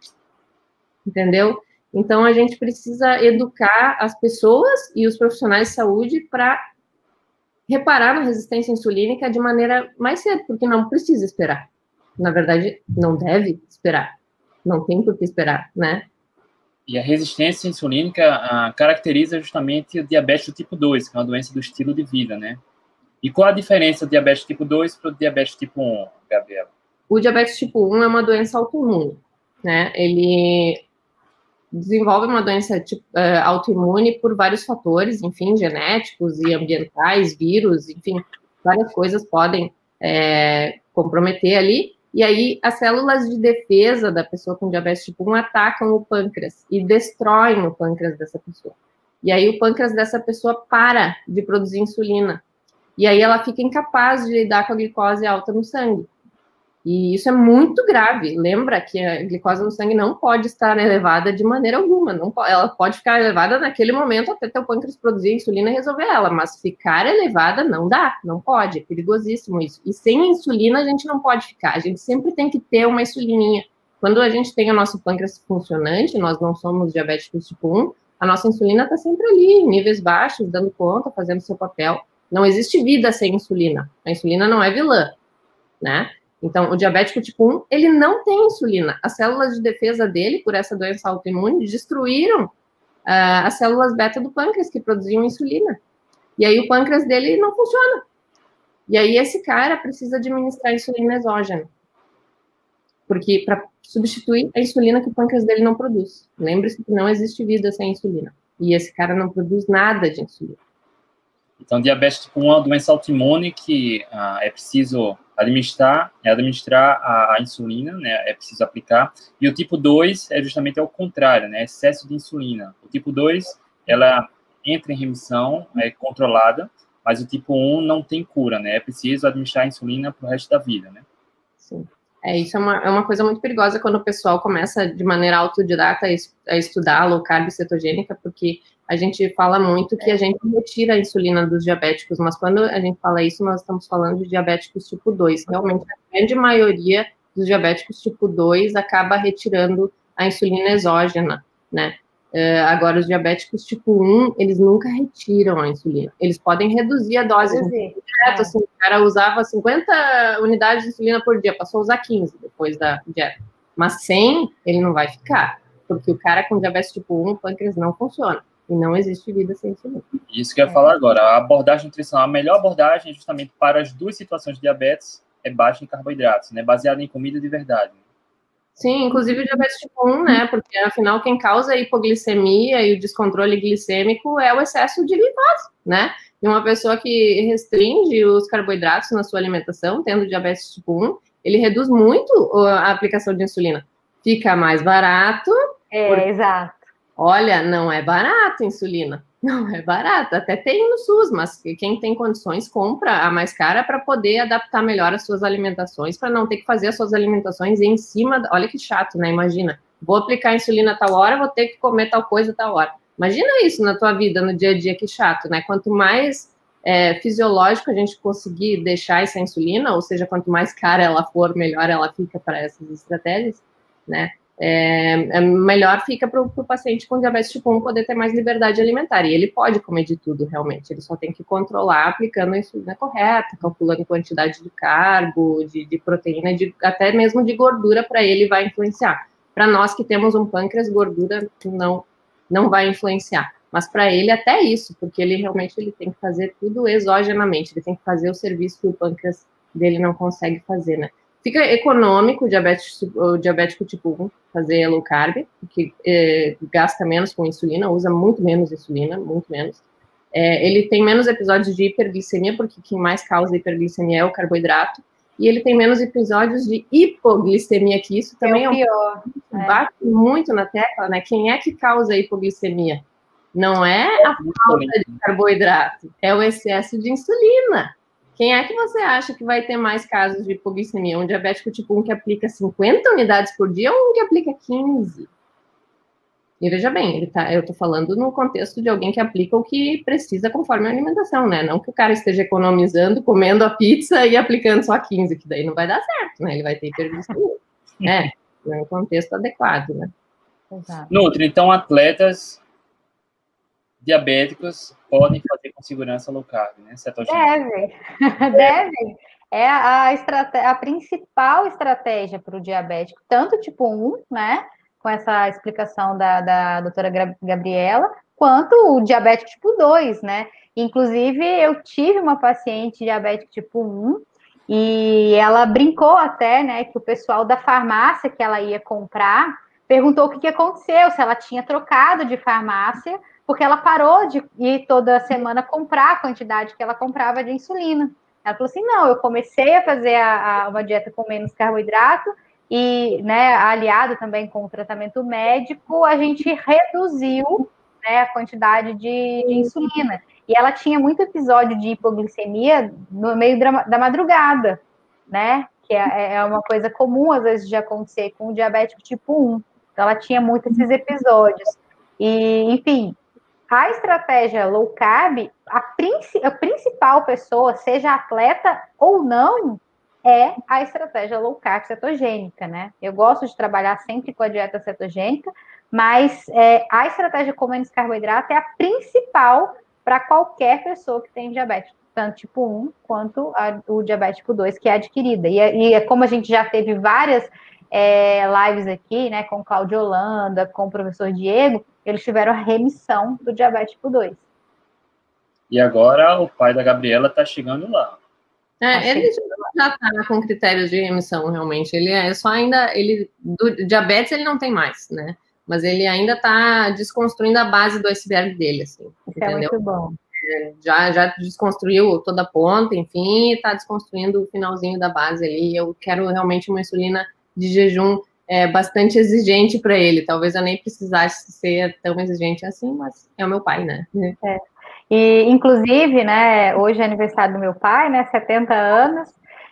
Entendeu? Então, a gente precisa educar as pessoas e os profissionais de saúde para reparar na resistência insulínica de maneira mais cedo, porque não precisa esperar. Na verdade, não deve esperar. Não tem por que esperar, né? E a resistência insulínica caracteriza justamente o diabetes do tipo 2, que é uma doença do estilo de vida, né? E qual a diferença do diabetes tipo 2 para o diabetes tipo 1, Gabriela? O diabetes tipo 1 é uma doença autoimune, né? Ele desenvolve uma doença autoimune por vários fatores, enfim, genéticos e ambientais, vírus, enfim, várias coisas podem comprometer ali. E aí, as células de defesa da pessoa com diabetes tipo 1 atacam o pâncreas e destroem o pâncreas dessa pessoa. E aí, o pâncreas dessa pessoa para de produzir insulina. E aí, ela fica incapaz de lidar com a glicose alta no sangue. E isso é muito grave. Lembra que a glicose no sangue não pode estar elevada de maneira alguma. Não, ela pode ficar elevada naquele momento até teu pâncreas produzir insulina e resolver ela, mas ficar elevada não dá, não pode, é perigosíssimo isso. E sem insulina a gente não pode ficar, a gente sempre tem que ter uma insulininha. Quando a gente tem o nosso pâncreas funcionante, nós não somos diabéticos tipo 1, a nossa insulina está sempre ali, em níveis baixos, dando conta, fazendo seu papel. Não existe vida sem insulina. A insulina não é vilã, né? Então, o diabético tipo 1, ele não tem insulina. As células de defesa dele, por essa doença autoimune, destruíram as células beta do pâncreas, que produziam insulina. E aí o pâncreas dele não funciona. E aí esse cara precisa administrar insulina exógena. Porque para substituir a insulina que o pâncreas dele não produz. Lembre-se que não existe vida sem insulina. E esse cara não produz nada de insulina. Então, diabetes tipo 1 é uma doença autoimune que é preciso administrar a insulina, né? É preciso aplicar. E o tipo 2 é justamente ao contrário, né? Excesso de insulina. O tipo 2, ela entra em remissão, é controlada, mas o tipo 1 não tem cura, né? É preciso administrar a insulina para o resto da vida, né? Sim. Isso é uma coisa muito perigosa quando o pessoal começa de maneira autodidata a estudar low carb cetogênica, porque a gente fala muito que a gente retira a insulina dos diabéticos, mas quando a gente fala isso, nós estamos falando de diabéticos tipo 2. Realmente, a grande maioria dos diabéticos tipo 2 acaba retirando a insulina exógena, né? Agora, os diabéticos tipo 1, eles nunca retiram a insulina. Eles podem reduzir a dose. Direto, assim, o cara usava 50 unidades de insulina por dia, passou a usar 15 depois da dieta. Mas sem, ele não vai ficar. Porque o cara com diabetes tipo 1, o pâncreas não funciona. E não existe vida sem insulina. Isso que eu ia falar agora. A abordagem nutricional, a melhor abordagem justamente para as duas situações de diabetes é baixa em carboidratos, né? Baseada em comida de verdade. Sim, inclusive o diabetes tipo 1, né? Porque, afinal, quem causa a hipoglicemia e o descontrole glicêmico é o excesso de glicose, né? E uma pessoa que restringe os carboidratos na sua alimentação, tendo diabetes tipo 1, ele reduz muito a aplicação de insulina. Fica mais barato. Exato. Olha, não é barato a insulina. Não é barato. Até tem no SUS, mas quem tem condições compra a mais cara para poder adaptar melhor as suas alimentações, para não ter que fazer as suas alimentações em cima. Olha que chato, né? Imagina. Vou aplicar insulina tal hora, vou ter que comer tal coisa tal hora. Imagina isso na tua vida, no dia a dia, que chato, né? Quanto mais fisiológico a gente conseguir deixar essa insulina, ou seja, quanto mais cara ela for, melhor ela fica para essas estratégias, né? Melhor fica para o paciente com diabetes tipo 1 poder ter mais liberdade alimentar. E ele pode comer de tudo, realmente. Ele só tem que controlar aplicando a insulina correta, calculando quantidade de carbo, de proteína, até mesmo de gordura, para ele vai influenciar. Para nós que temos um pâncreas, gordura não vai influenciar. Mas para ele até isso, porque ele realmente tem que fazer tudo exogenamente. Ele tem que fazer o serviço que o pâncreas dele não consegue fazer, né? Fica econômico o diabético tipo 1 fazer low carb, porque gasta menos com insulina, usa muito menos insulina, muito menos. Ele tem menos episódios de hiperglicemia, porque quem mais causa hiperglicemia é o carboidrato. e ele tem menos episódios de hipoglicemia, que isso também é o pior. Bate muito na tecla, né? Quem é que causa hipoglicemia? Não é a falta de carboidrato, é o excesso de insulina. Quem é que você acha que vai ter mais casos de hipoglicemia? Um diabético tipo 1 que aplica 50 unidades por dia ou um que aplica 15? E veja bem, eu estou falando no contexto de alguém que aplica o que precisa conforme a alimentação, né? Não que o cara esteja economizando, comendo a pizza e aplicando só 15, que daí não vai dar certo, né? Ele vai ter hiperglicemia. No contexto adequado, né? Exato. Nutri, então atletas diabéticos podem fazer com segurança low carb, né? Devem. É a principal estratégia para o diabético, tanto tipo 1, né? Com essa explicação da doutora Gabriela, quanto o diabético tipo 2, né? Inclusive, eu tive uma paciente diabética tipo 1 e ela brincou até, né, que o pessoal da farmácia que ela ia comprar perguntou o que aconteceu, se ela tinha trocado de farmácia, porque ela parou de ir toda semana comprar a quantidade que ela comprava de insulina. Ela falou assim, não, eu comecei a fazer uma dieta com menos carboidrato e, né, aliado também com o tratamento médico, a gente reduziu, né, a quantidade de insulina. E ela tinha muito episódio de hipoglicemia no meio da madrugada, né? Que é uma coisa comum, às vezes, de acontecer com o diabético tipo 1. Então, ela tinha muito esses episódios. E, enfim, a estratégia low carb, a principal pessoa, seja atleta ou não, é a estratégia low carb cetogênica, né? Eu gosto de trabalhar sempre com a dieta cetogênica, mas a estratégia com menos carboidrato é a principal para qualquer pessoa que tem diabetes, tanto tipo 1 quanto o diabetes tipo 2, que é adquirida. E como a gente já teve várias lives aqui, né, com Cláudio Holanda, com o professor Diego, eles tiveram a remissão do diabetes tipo 2. E agora o pai da Gabriela está chegando lá. Ele já está com critérios de remissão, realmente. Ele é só ainda. Do diabetes ele não tem mais, né? Mas ele ainda está desconstruindo a base do iceberg dele, assim. Isso entendeu? É muito bom. Já desconstruiu toda a ponta, enfim, e está desconstruindo o finalzinho da base ali. Eu quero realmente uma insulina de jejum bastante exigente para ele. Talvez eu nem precisasse ser tão exigente assim, mas é o meu pai, né? E, inclusive, né, hoje é aniversário do meu pai, né, 70 anos,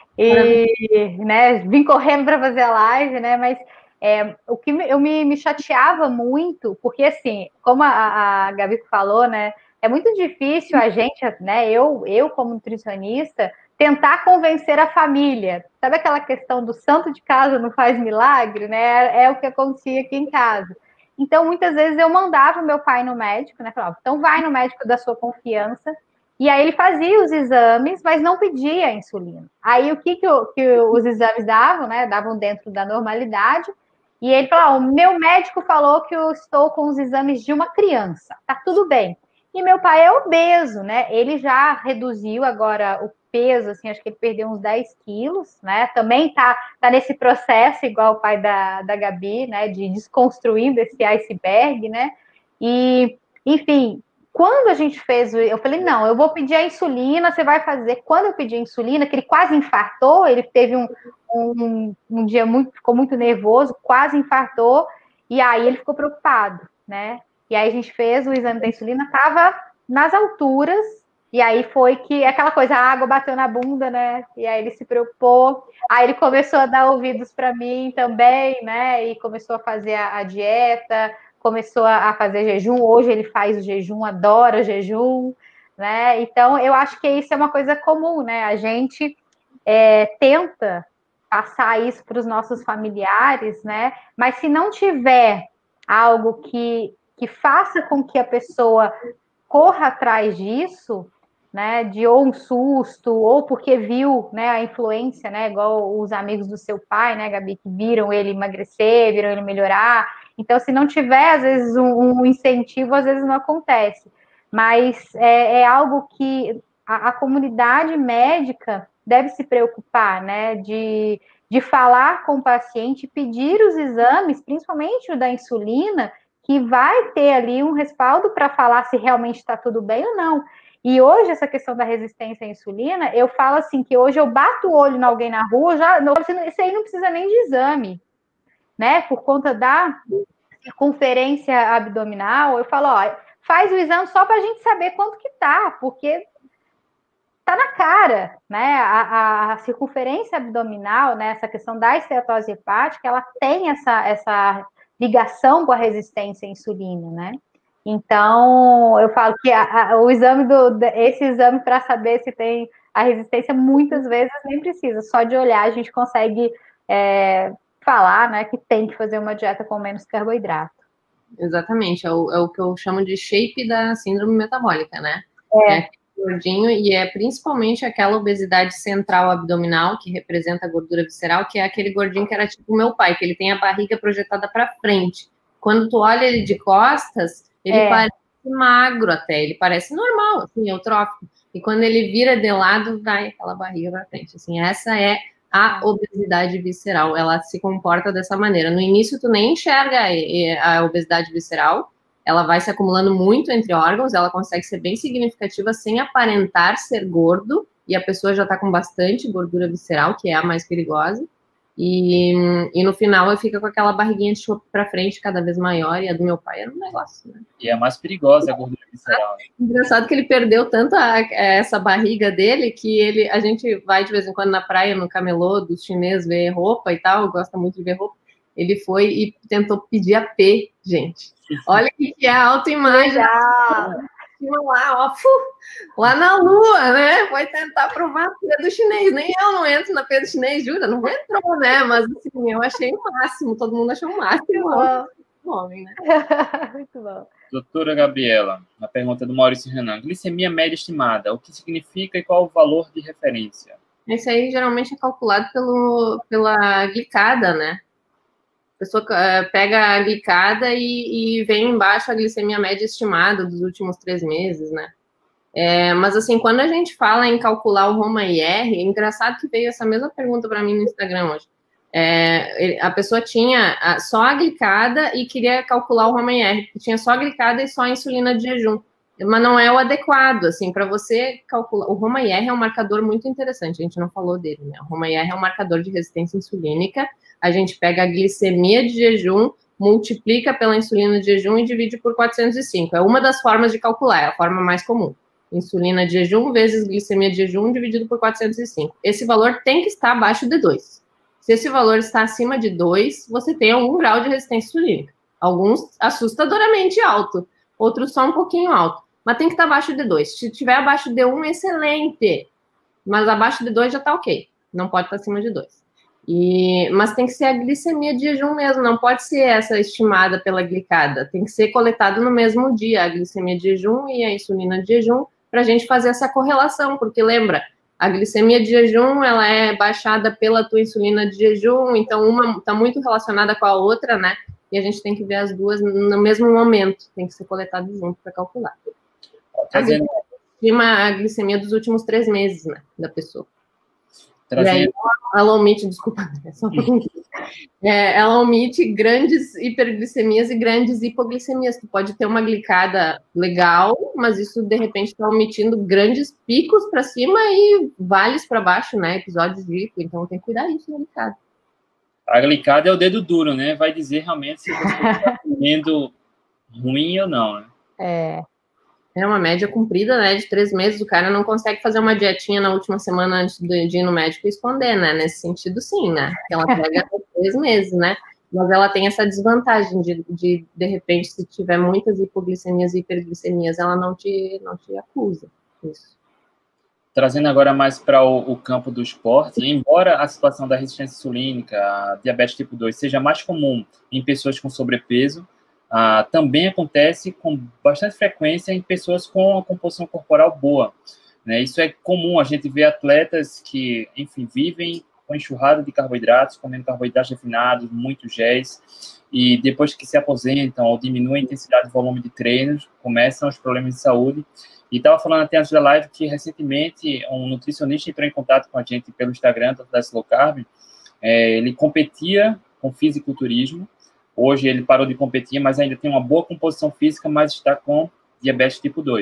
e, né, vim correndo para fazer a live, né, mas o que eu me chateava muito, porque, assim, como a Gabi falou, né, é muito difícil a gente, né, eu como nutricionista, tentar convencer a família. Sabe aquela questão do santo de casa não faz milagre, né? É o que acontecia aqui em casa. Então, muitas vezes eu mandava o meu pai no médico, né? Falava, então vai no médico da sua confiança. E aí ele fazia os exames, mas não pedia a insulina. Aí o que os exames davam, né? Davam dentro da normalidade. E ele falou, o meu médico falou que eu estou com os exames de uma criança. Tá tudo bem. E meu pai é obeso, né? Ele já reduziu agora o peso, assim, acho que ele perdeu uns 10 quilos, né? Também tá nesse processo, igual o pai da Gabi, né? De desconstruindo esse iceberg, né? E, enfim, quando a gente fez, eu falei, não, eu vou pedir a insulina, você vai fazer. Quando eu pedi a insulina, que ele quase infartou, ele teve um dia ficou muito nervoso, quase infartou, e aí ele ficou preocupado, né? E aí a gente fez o exame da insulina, estava nas alturas, e aí foi que aquela coisa, a água bateu na bunda, né? E aí ele se preocupou, aí ele começou a dar ouvidos para mim também, né? E começou a fazer a dieta, começou a fazer jejum, hoje ele faz o jejum, adora jejum, né? Então eu acho que isso é uma coisa comum, né? A gente tenta passar isso para os nossos familiares, né? Mas se não tiver algo que faça com que a pessoa corra atrás disso, né, de ou um susto, ou porque viu, né, a influência, né, igual os amigos do seu pai, né, Gabi, que viram ele emagrecer, viram ele melhorar. Então, se não tiver, às vezes, um incentivo, às vezes não acontece. Mas é algo que a comunidade médica deve se preocupar, né, de falar com o paciente, pedir os exames, principalmente o da insulina, que vai ter ali um respaldo para falar se realmente está tudo bem ou não. E hoje, essa questão da resistência à insulina, eu falo assim, que hoje eu bato o olho em alguém na rua, isso aí não precisa nem de exame, né? Por conta da circunferência abdominal, eu falo, ó, faz o exame só para a gente saber quanto que tá, porque tá na cara, né? A circunferência abdominal, né? Essa questão da esteatose hepática, ela tem essa ligação com a resistência à insulina, né? Então, eu falo que o exame esse exame para saber se tem a resistência, muitas vezes nem precisa, só de olhar a gente consegue falar, né, que tem que fazer uma dieta com menos carboidrato. Exatamente, é o que eu chamo de shape da síndrome metabólica, né? É gordinho, e é principalmente aquela obesidade central abdominal, que representa a gordura visceral, que é aquele gordinho que era tipo o meu pai, que ele tem a barriga projetada para frente. Quando tu olha ele de costas, ele parece magro até, ele parece normal, assim, eutrófico. E quando ele vira de lado, vai aquela barriga para frente. Assim, essa é a obesidade visceral, ela se comporta dessa maneira. No início, tu nem enxerga a obesidade visceral, ela vai se acumulando muito entre órgãos, ela consegue ser bem significativa sem aparentar ser gordo, e a pessoa já está com bastante gordura visceral, que é a mais perigosa, e no final eu fico com aquela barriguinha de chope para frente cada vez maior, e a do meu pai era um negócio, né? E é a mais perigosa a gordura visceral. Engraçado que ele perdeu tanto essa barriga dele, que a gente vai de vez em quando na praia, no camelô dos chineses, ver roupa e tal, gosta muito de ver roupa. Ele foi e tentou pedir AP, gente. Olha o que é a autoimagem. Lá, ó, lá na lua, né? Foi tentar provar a P do chinês. Nem eu não entro na P do chinês, jura? Não entrou, né? Mas assim, eu achei o máximo. Todo mundo achou o máximo. O homem, né? Muito bom. Doutora Gabriela, a pergunta do Maurício Renan. Glicemia média estimada, o que significa e qual o valor de referência? Esse aí geralmente é calculado pela glicada, né? A pessoa pega a glicada e vem embaixo a glicemia média estimada dos últimos 3 meses, né? Mas, assim, quando a gente fala em calcular o Roma-IR, é engraçado que veio essa mesma pergunta para mim no Instagram hoje. A pessoa tinha só a glicada e queria calcular o Roma-IR, porque tinha só a glicada e só a insulina de jejum. Mas não é o adequado, assim, para você calcular. O Roma-IR é um marcador muito interessante, a gente não falou dele, né? O Roma-IR é um marcador de resistência insulínica. A gente pega a glicemia de jejum, multiplica pela insulina de jejum e divide por 405. É uma das formas de calcular, é a forma mais comum. Insulina de jejum vezes glicemia de jejum dividido por 405. Esse valor tem que estar abaixo de 2. Se esse valor está acima de 2, você tem algum grau de resistência insulínica. Alguns assustadoramente alto, outros só um pouquinho alto. Mas tem que estar abaixo de 2. Se tiver abaixo de 1, excelente. Mas abaixo de 2 já está ok. Não pode estar acima de 2. Mas tem que ser a glicemia de jejum mesmo, não pode ser essa estimada pela glicada. Tem que ser coletado no mesmo dia, a glicemia de jejum e a insulina de jejum, para a gente fazer essa correlação, porque lembra, a glicemia de jejum, ela é baixada pela tua insulina de jejum, então uma está muito relacionada com a outra, né? E a gente tem que ver as duas no mesmo momento, tem que ser coletado junto para calcular. Estima a glicemia dos últimos 3 meses, né, da pessoa. E aí, ela omite, desculpa, só um pouquinho. Ela omite grandes hiperglicemias e grandes hipoglicemias. Tu pode ter uma glicada legal, mas isso, de repente, está omitindo grandes picos para cima e vales para baixo, né? Episódios de pico. Então, tem que cuidar disso na glicada. A glicada é o dedo duro, né? Vai dizer realmente se você está comendo ruim ou não, né? É uma média comprida, né, de 3 meses. O cara não consegue fazer uma dietinha na última semana antes de ir no médico e esconder, né? Nesse sentido, sim, né? Porque ela pega 3 meses, né? Mas ela tem essa desvantagem de repente, se tiver muitas hipoglicemias e hiperglicemias, ela não te acusa. Isso. Trazendo agora mais para o campo do esporte, embora a situação da resistência insulínica, a diabetes tipo 2, seja mais comum em pessoas com sobrepeso, também acontece com bastante frequência em pessoas com a composição corporal boa, né? Isso é comum, a gente vê atletas que, enfim, vivem com enxurrada de carboidratos, comendo carboidratos refinados, muitos géis, e depois que se aposentam ou diminuem a intensidade e volume de treinos, começam os problemas de saúde. E estava falando até antes da live que, recentemente, um nutricionista entrou em contato com a gente pelo Instagram, da Slow Carb. Ele competia com fisiculturismo. Hoje ele parou de competir, mas ainda tem uma boa composição física, mas está com diabetes tipo 2.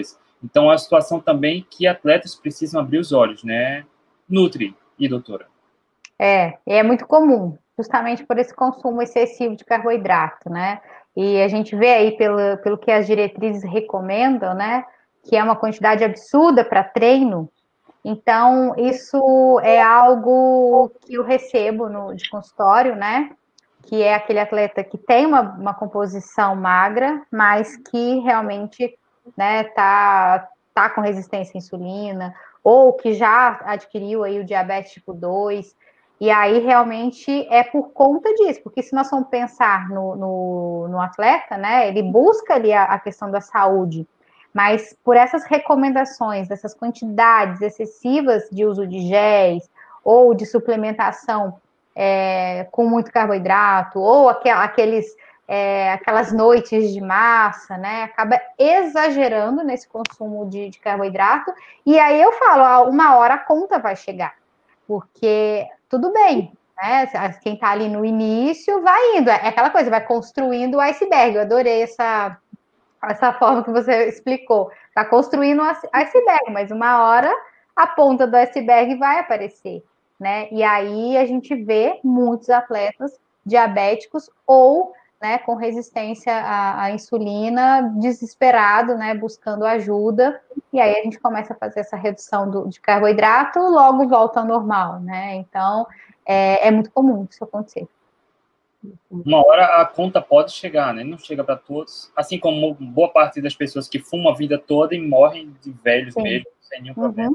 Então, é uma situação também que atletas precisam abrir os olhos, né? Nutri e doutora. É muito comum, justamente por esse consumo excessivo de carboidrato, né? E a gente vê aí pelo que as diretrizes recomendam, né? Que é uma quantidade absurda para treino. Então, isso é algo que eu recebo de consultório, né? Que é aquele atleta que tem uma composição magra, mas que realmente, né, tá com resistência à insulina, ou que já adquiriu aí o diabetes tipo 2, e aí realmente é por conta disso, porque se nós formos pensar no atleta, né, ele busca ali a questão da saúde, mas por essas recomendações, essas quantidades excessivas de uso de géis ou de suplementação com muito carboidrato, ou aquelas noites de massa, né? Acaba exagerando nesse consumo de carboidrato. E aí eu falo, uma hora a conta vai chegar, porque tudo bem, né? Quem está ali no início vai indo, é aquela coisa, vai construindo o iceberg. Eu adorei essa forma que você explicou. Está construindo um iceberg, mas uma hora a ponta do iceberg vai aparecer, né? E aí a gente vê muitos atletas diabéticos ou, né, com resistência à insulina, desesperado, né, buscando ajuda. E aí a gente começa a fazer essa redução de carboidrato, logo volta ao normal, né? Então é muito comum isso acontecer. Uma hora a conta pode chegar, né? Não chega para todos. Assim como boa parte das pessoas que fumam a vida toda e morrem de velhos Sim. mesmo, sem nenhum problema.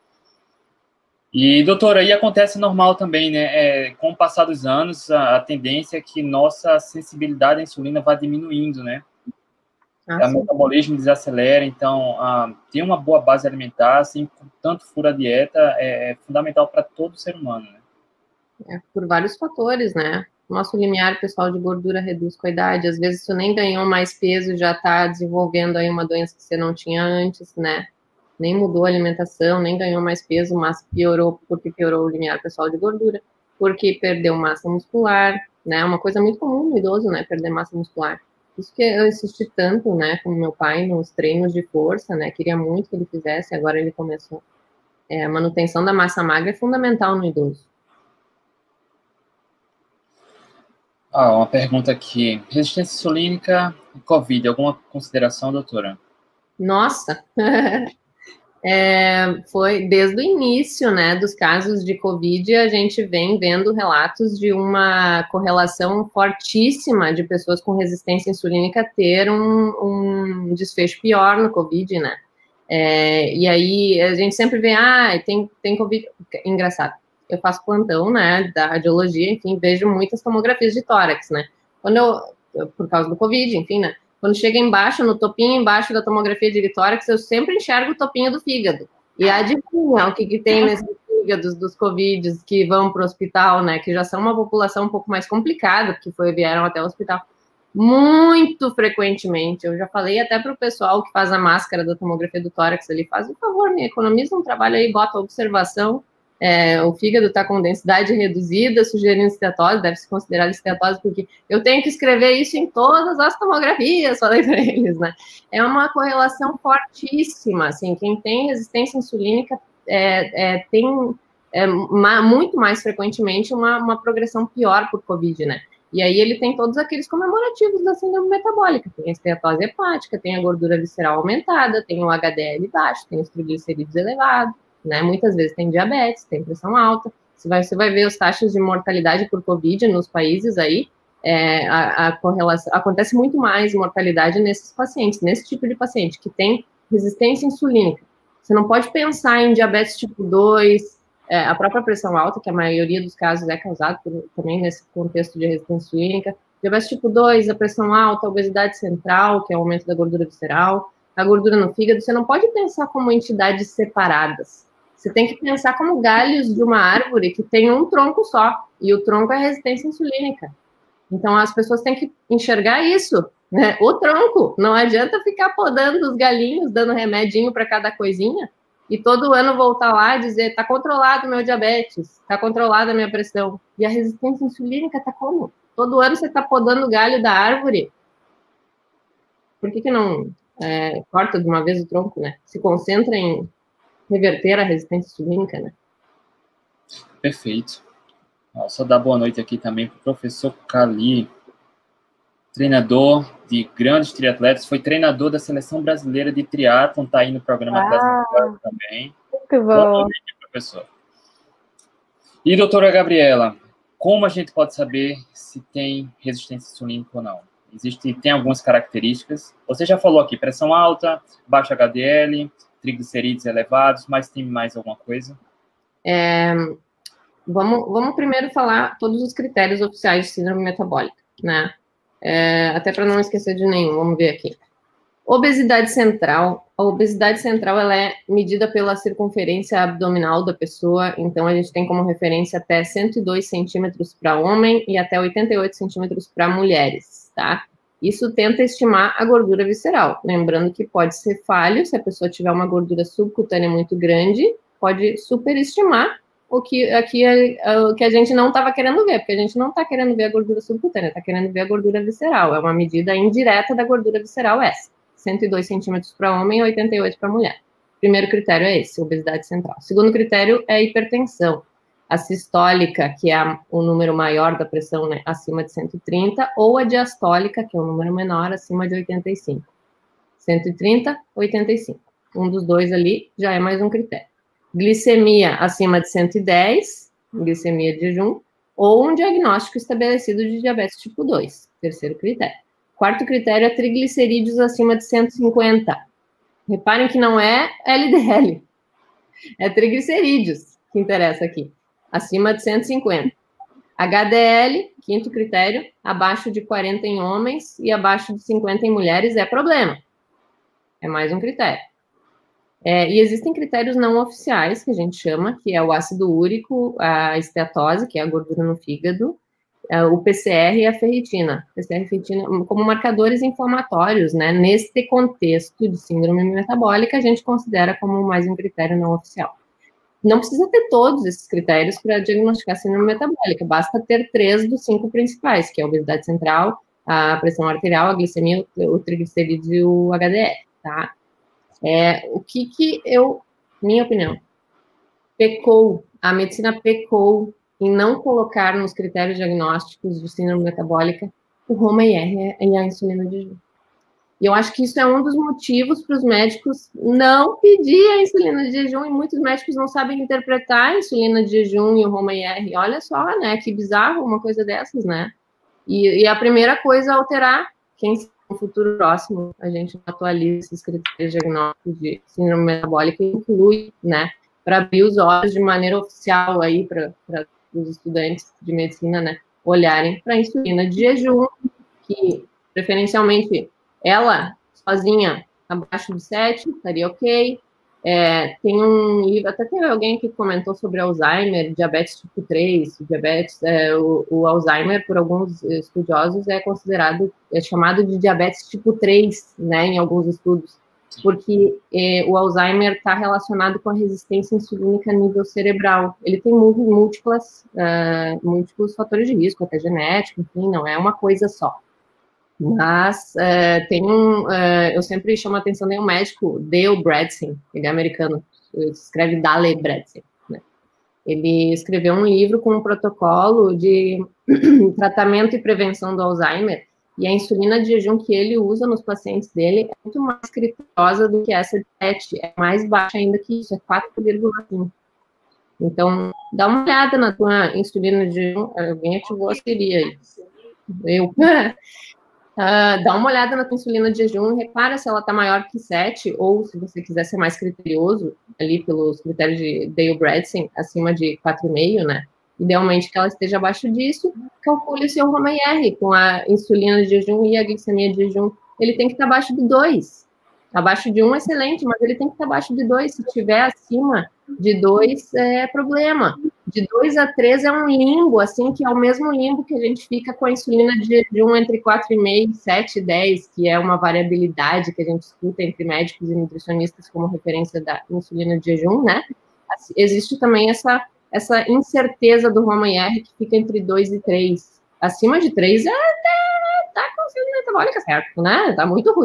E, doutora, aí acontece normal também, né? Com o passar dos anos, a tendência é que nossa sensibilidade à insulina vá diminuindo, né? O metabolismo desacelera, então ter uma boa base alimentar, assim, tanto fura a dieta, é fundamental para todo ser humano, né? Por vários fatores, né? Nosso limiar pessoal de gordura reduz com a idade. Às vezes, tu nem ganhou mais peso, já está desenvolvendo aí uma doença que você não tinha antes, né? Nem mudou a alimentação, nem ganhou mais peso, mas piorou, porque piorou o limiar pessoal de gordura, porque perdeu massa muscular, né? Uma coisa muito comum no idoso, né? Perder massa muscular. Isso que eu insisti tanto, né, com meu pai nos treinos de força, né? Queria muito que ele fizesse, agora ele começou. A manutenção da massa magra é fundamental no idoso. Uma pergunta aqui. Resistência insulínica e Covid, alguma consideração, doutora? Nossa! Foi desde o início, né, dos casos de Covid, a gente vem vendo relatos de uma correlação fortíssima de pessoas com resistência insulínica ter um desfecho pior no Covid, né? E aí a gente sempre vê, tem Covid. Engraçado. Eu faço plantão, né, da radiologia, enfim, vejo muitas tomografias de tórax, né? Por causa do Covid, enfim, né? Quando chega embaixo, no topinho embaixo da tomografia de tórax, eu sempre enxergo o topinho do fígado. E adivinha o que tem nesses fígados dos Covids que vão para o hospital, né? Que já são uma população um pouco mais complicada, porque vieram até o hospital. Muito frequentemente, eu já falei até para o pessoal que faz a máscara da tomografia do tórax ali, faz um favor, me economiza um trabalho aí, bota observação, o fígado está com densidade reduzida, sugerindo esteatose, deve se considerar esteatose, porque eu tenho que escrever isso em todas as tomografias, falei para eles, né? É uma correlação fortíssima, assim, quem tem resistência insulínica tem muito mais frequentemente uma progressão pior por Covid, né? E aí ele tem todos aqueles comemorativos da síndrome metabólica, tem a esteatose hepática, tem a gordura visceral aumentada, tem o HDL baixo, tem os triglicerídeos elevados, né? Muitas vezes tem diabetes, tem pressão alta. Você vai ver as taxas de mortalidade por Covid nos países aí, a correlação, acontece muito mais mortalidade nesses pacientes, nesse tipo de paciente que tem resistência insulínica. Você não pode pensar em diabetes tipo 2, a própria pressão alta, que a maioria dos casos é causada também nesse contexto de resistência insulínica, diabetes tipo 2, a pressão alta, a obesidade central, que é o aumento da gordura visceral, a gordura no fígado, você não pode pensar como entidades separadas. Você tem que pensar como galhos de uma árvore que tem um tronco só, e o tronco é a resistência insulínica. Então, as pessoas têm que enxergar isso, né? O tronco. Não adianta ficar podando os galinhos, dando remedinho para cada coisinha, e todo ano voltar lá e dizer, está controlado o meu diabetes, está controlada a minha pressão. E a resistência insulínica está como? Todo ano você está podando o galho da árvore. Por que não corta de uma vez o tronco, né? Se concentra em reverter a resistência insulínica, né? Perfeito. Só dar boa noite aqui também para o professor Cali, treinador de grandes triatletas, foi treinador da Seleção Brasileira de Triatlon, está aí no programa Atletas também. Muito bom. Boa noite, professor. E, doutora Gabriela, como a gente pode saber se tem resistência insulínica ou não? Tem algumas características. Você já falou aqui, pressão alta, baixo HDL, triglicerídeos elevados, mas tem mais alguma coisa? Vamos primeiro falar todos os critérios oficiais de síndrome metabólica, né? Até para não esquecer de nenhum, vamos ver aqui. Obesidade central. A obesidade central, ela é medida pela circunferência abdominal da pessoa, então a gente tem como referência até 102 centímetros para homem e até 88 centímetros para mulheres, tá? Isso tenta estimar a gordura visceral, lembrando que pode ser falho, se a pessoa tiver uma gordura subcutânea muito grande, pode superestimar o que a gente não estava querendo ver, porque a gente não está querendo ver a gordura subcutânea, está querendo ver a gordura visceral, é uma medida indireta da gordura visceral essa. 102 centímetros para homem e 88 para mulher. Primeiro critério é esse, obesidade central. Segundo critério é a hipertensão. A sistólica, que é o número maior da pressão, né, acima de 130, ou a diastólica, que é o número menor, acima de 85. 130, 85. Um dos dois ali já é mais um critério. Glicemia acima de 110, glicemia de jejum, ou um diagnóstico estabelecido de diabetes tipo 2, terceiro critério. Quarto critério é triglicerídeos acima de 150. Reparem que não é LDL, é triglicerídeos que interessa aqui, acima de 150. HDL, quinto critério, abaixo de 40 em homens e abaixo de 50 em mulheres é problema. É mais um critério. E existem critérios não oficiais, que a gente chama, que é o ácido úrico, a esteatose, que é a gordura no fígado, o PCR e a ferritina. PCR e ferritina como marcadores inflamatórios, né? Neste contexto de síndrome metabólica, a gente considera como mais um critério não oficial. Não precisa ter todos esses critérios para diagnosticar síndrome metabólica, basta ter 3 dos 5 principais, que é a obesidade central, a pressão arterial, a glicemia, o triglicerídeos e o HDL, tá? Minha opinião, a medicina pecou em não colocar nos critérios diagnósticos de síndrome metabólica o HOMA-IR e a insulina de jejum. E eu acho que isso é um dos motivos para os médicos não pedir a insulina de jejum, e muitos médicos não sabem interpretar a insulina de jejum e o HOMA-IR. Olha só, né, que bizarro uma coisa dessas, né? E a primeira coisa a alterar, quem sabe no futuro próximo a gente atualiza esses critérios diagnósticos de síndrome metabólica e inclui, né, para abrir os olhos de maneira oficial aí para os estudantes de medicina, né, olharem para a insulina de jejum, que preferencialmente ela sozinha abaixo de 7 estaria ok. Tem um livro, até teve alguém que comentou sobre Alzheimer, diabetes tipo 3, o Alzheimer, por alguns estudiosos, é chamado de diabetes tipo 3, né, em alguns estudos, porque o Alzheimer está relacionado com a resistência insulínica a nível cerebral. Ele tem múltiplos fatores de risco, até genético, enfim, não é uma coisa só. Mas eu sempre chamo a atenção de um médico, Dale Bredesen, ele é americano, ele escreve Dale Bredesen, né? Ele escreveu um livro com um protocolo de tratamento e prevenção do Alzheimer, e a insulina de jejum que ele usa nos pacientes dele é muito mais criteriosa do que essa de 7, é mais baixa ainda que isso, é 4,5. Então, dá uma olhada na tua insulina de jejum, alguém ativou a Siri aí. Dá uma olhada na tua insulina de jejum, repara se ela está maior que 7, ou se você quiser ser mais criterioso, ali pelos critérios de Dale Bredesen, acima de 4,5, né? Idealmente que ela esteja abaixo disso, calcule o seu HOMA-IR com a insulina de jejum e a glicemia de jejum. Ele tem que estar abaixo de 2. Abaixo de 1 é excelente, mas ele tem que estar abaixo de 2. Se estiver acima de 2, é problema. De 2 a 3 é um limbo, assim, que é o mesmo limbo que a gente fica com a insulina de jejum entre 4,5, 7, 10, que é uma variabilidade que a gente escuta entre médicos e nutricionistas como referência da insulina de jejum, né? Existe também essa incerteza do HOMA-IR que fica entre 2 e 3. Acima de 3 tá com insulina metabólica, certo, né? Tá muito ruim.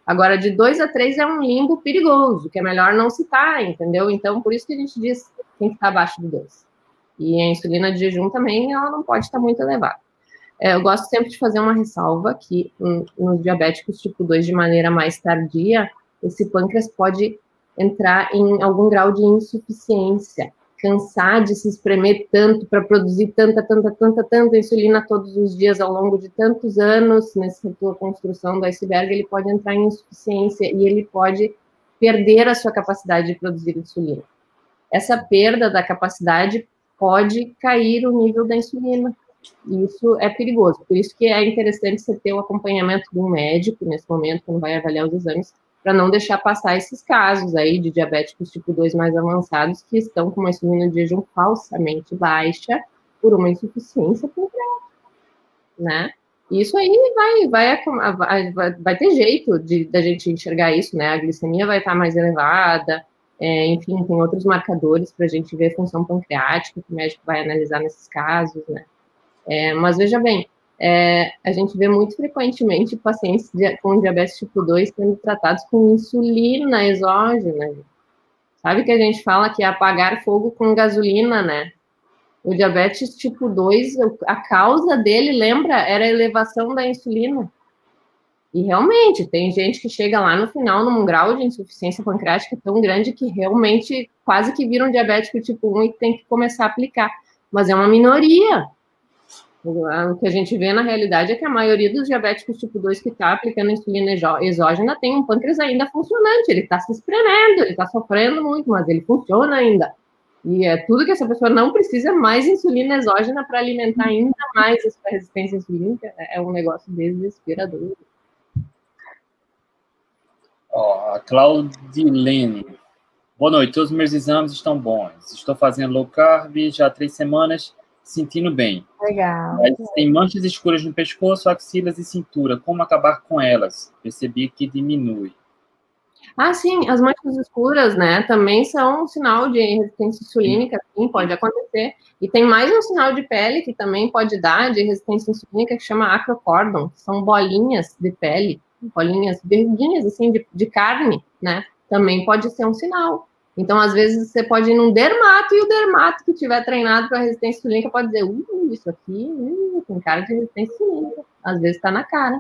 Agora, de 2 a 3 é um limbo perigoso, que é melhor não citar, entendeu? Então, por isso que a gente diz que tem que estar abaixo de 2. E a insulina de jejum também, ela não pode estar muito elevada. Eu gosto sempre de fazer uma ressalva que nos diabéticos tipo 2, de maneira mais tardia, esse pâncreas pode entrar em algum grau de insuficiência, cansar de se espremer tanto para produzir tanta insulina todos os dias ao longo de tantos anos, nessa tua construção do iceberg, ele pode entrar em insuficiência e ele pode perder a sua capacidade de produzir insulina. Essa perda da capacidade pode cair o nível da insulina. E isso é perigoso. Por isso que é interessante você ter o acompanhamento de um médico, nesse momento, quando vai avaliar os exames, para não deixar passar esses casos aí de diabéticos tipo 2 mais avançados que estão com uma insulina de jejum falsamente baixa por uma insuficiência pancreática, né? E isso aí vai ter jeito da gente enxergar isso, né? A glicemia vai estar mais elevada, enfim, tem outros marcadores para a gente ver a função pancreática que o médico vai analisar nesses casos, né? Mas veja bem, a gente vê muito frequentemente pacientes com diabetes tipo 2 sendo tratados com insulina exógena. Sabe que a gente fala que é apagar fogo com gasolina, né? O diabetes tipo 2, a causa dele, lembra, era a elevação da insulina. E realmente, tem gente que chega lá no final num grau de insuficiência pancreática tão grande que realmente quase que vira um diabético tipo 1 e tem que começar a aplicar. Mas é uma minoria. O que a gente vê na realidade é que a maioria dos diabéticos tipo 2 que está aplicando insulina exógena tem um pâncreas ainda funcionante, ele está se espremendo, ele está sofrendo muito, mas ele funciona ainda. E tudo que essa pessoa não precisa mais insulina exógena para alimentar ainda mais a sua resistência insulínica, é um negócio desesperador. A Claudilene. Boa noite, todos os meus exames estão bons. Estou fazendo low carb já há 3 semanas, sentindo bem. Legal. Mas tem manchas escuras no pescoço, axilas e cintura. Como acabar com elas? Percebi que diminui. Sim, as manchas escuras, né, também são um sinal de resistência insulínica, sim, pode acontecer. E tem mais um sinal de pele que também pode dar de resistência insulínica, que chama acrocórdon, que são bolinhas de pele, bolinhas, verguinhas, assim, de carne, né, também pode ser um sinal. Então, às vezes, você pode ir num dermato, e o dermato que tiver treinado para resistência insulínica pode dizer, isso aqui tem cara de resistência insulínica. Às vezes está na cara.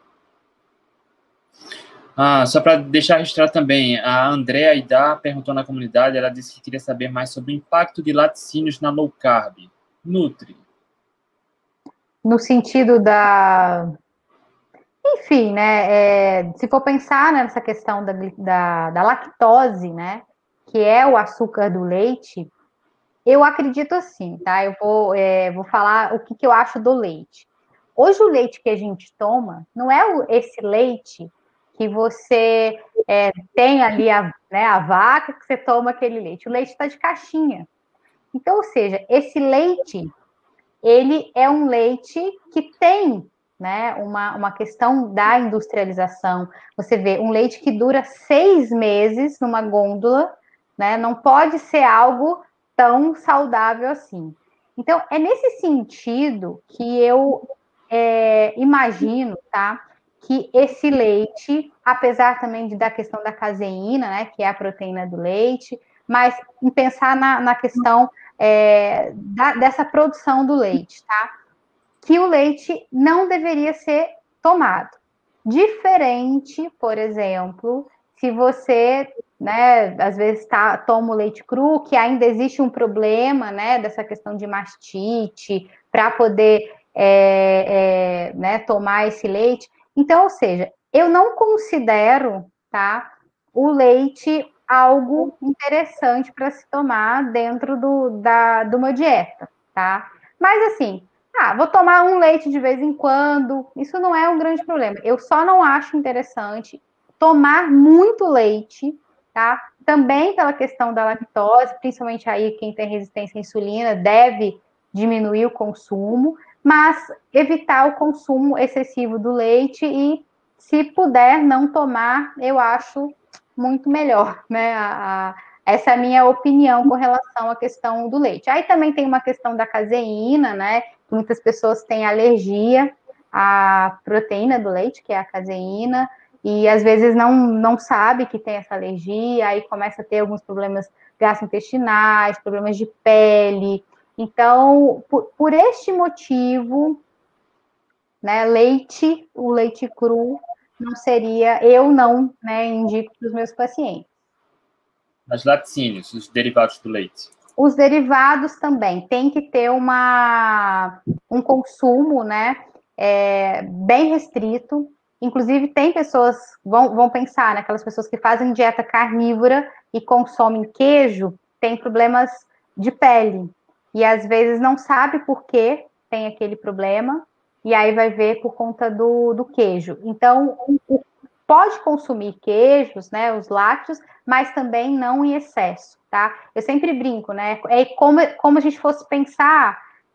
Só para deixar registrado também, a Andrea Aidar perguntou na comunidade, ela disse que queria saber mais sobre o impacto de laticínios na low carb. Nutri. No sentido da... Enfim, né, se for pensar nessa questão da lactose, né, que é o açúcar do leite, eu acredito assim, tá? Eu vou falar o que eu acho do leite. Hoje o leite que a gente toma não é esse leite que você tem ali a vaca que você toma aquele leite. O leite está de caixinha. Então, ou seja, esse leite, ele é um leite que tem, né, uma questão da industrialização. Você vê um leite que dura 6 meses numa gôndola, né? Não pode ser algo tão saudável assim. Então, é nesse sentido que eu imagino, tá, que esse leite, apesar também da questão da caseína, né, que é a proteína do leite, mas em pensar na questão dessa produção do leite, tá? Que o leite não deveria ser tomado. Diferente, por exemplo, se você, né, às vezes toma o leite cru, que ainda existe um problema, né, dessa questão de mastite, para poder né, tomar esse leite. Então, ou seja, eu não considero, tá, o leite algo interessante para se tomar dentro de uma dieta, tá? Mas assim, vou tomar um leite de vez em quando, isso não é um grande problema. Eu só não acho interessante tomar muito leite, tá? Também pela questão da lactose, principalmente aí quem tem resistência à insulina deve diminuir o consumo, mas evitar o consumo excessivo do leite e, se puder não tomar, eu acho muito melhor, né? Essa é a minha opinião com relação à questão do leite. Aí também tem uma questão da caseína, né? Muitas pessoas têm alergia à proteína do leite, que é a caseína, e às vezes não sabe que tem essa alergia, aí começa a ter alguns problemas gastrointestinais, problemas de pele. Então, por este motivo, né, o leite cru não seria, eu não, né, indico para os meus pacientes. Mas laticínios, os derivados do leite. Os derivados também tem que ter um consumo, né, bem restrito. Inclusive, tem pessoas, vão pensar, né, aquelas pessoas que fazem dieta carnívora e consomem queijo, tem problemas de pele. E às vezes não sabe por que tem aquele problema, e aí vai ver por conta do queijo. Então, pode consumir queijos, né, os lácteos, mas também não em excesso, tá? Eu sempre brinco, né? É como a gente fosse pensar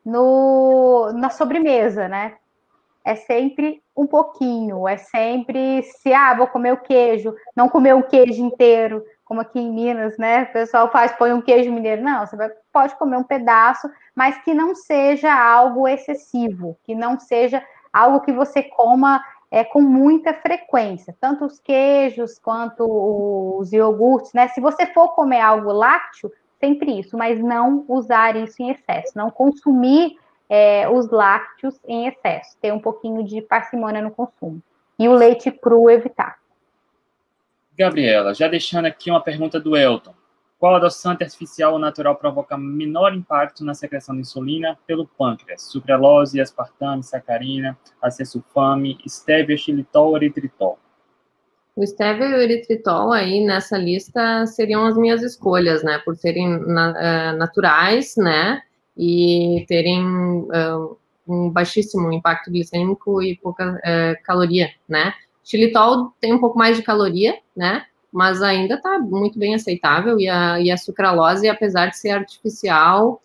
na sobremesa, né? É sempre um pouquinho, é sempre vou comer o queijo, não comer o queijo inteiro, como aqui em Minas, né? O pessoal põe um queijo mineiro. Não, pode comer um pedaço, mas que não seja algo excessivo, que não seja algo que você coma com muita frequência, tanto os queijos quanto os iogurtes, né? Se você for comer algo lácteo, sempre isso, mas não usar isso em excesso, não consumir os lácteos em excesso, ter um pouquinho de parcimônia no consumo. E o leite cru evitar. Gabriela, já deixando aqui uma pergunta do Elton. Qual adoçante artificial ou natural provoca menor impacto na secreção de insulina pelo pâncreas? Sucralose, aspartame, sacarina, acesulfame, estévia, xilitol ou eritritol? O stevia e o eritritol aí nessa lista seriam as minhas escolhas, né? Por serem naturais, né? E terem um baixíssimo impacto glicêmico e pouca caloria, né? Xilitol tem um pouco mais de caloria, né? Mas ainda está muito bem aceitável, e a sucralose, apesar de ser artificial,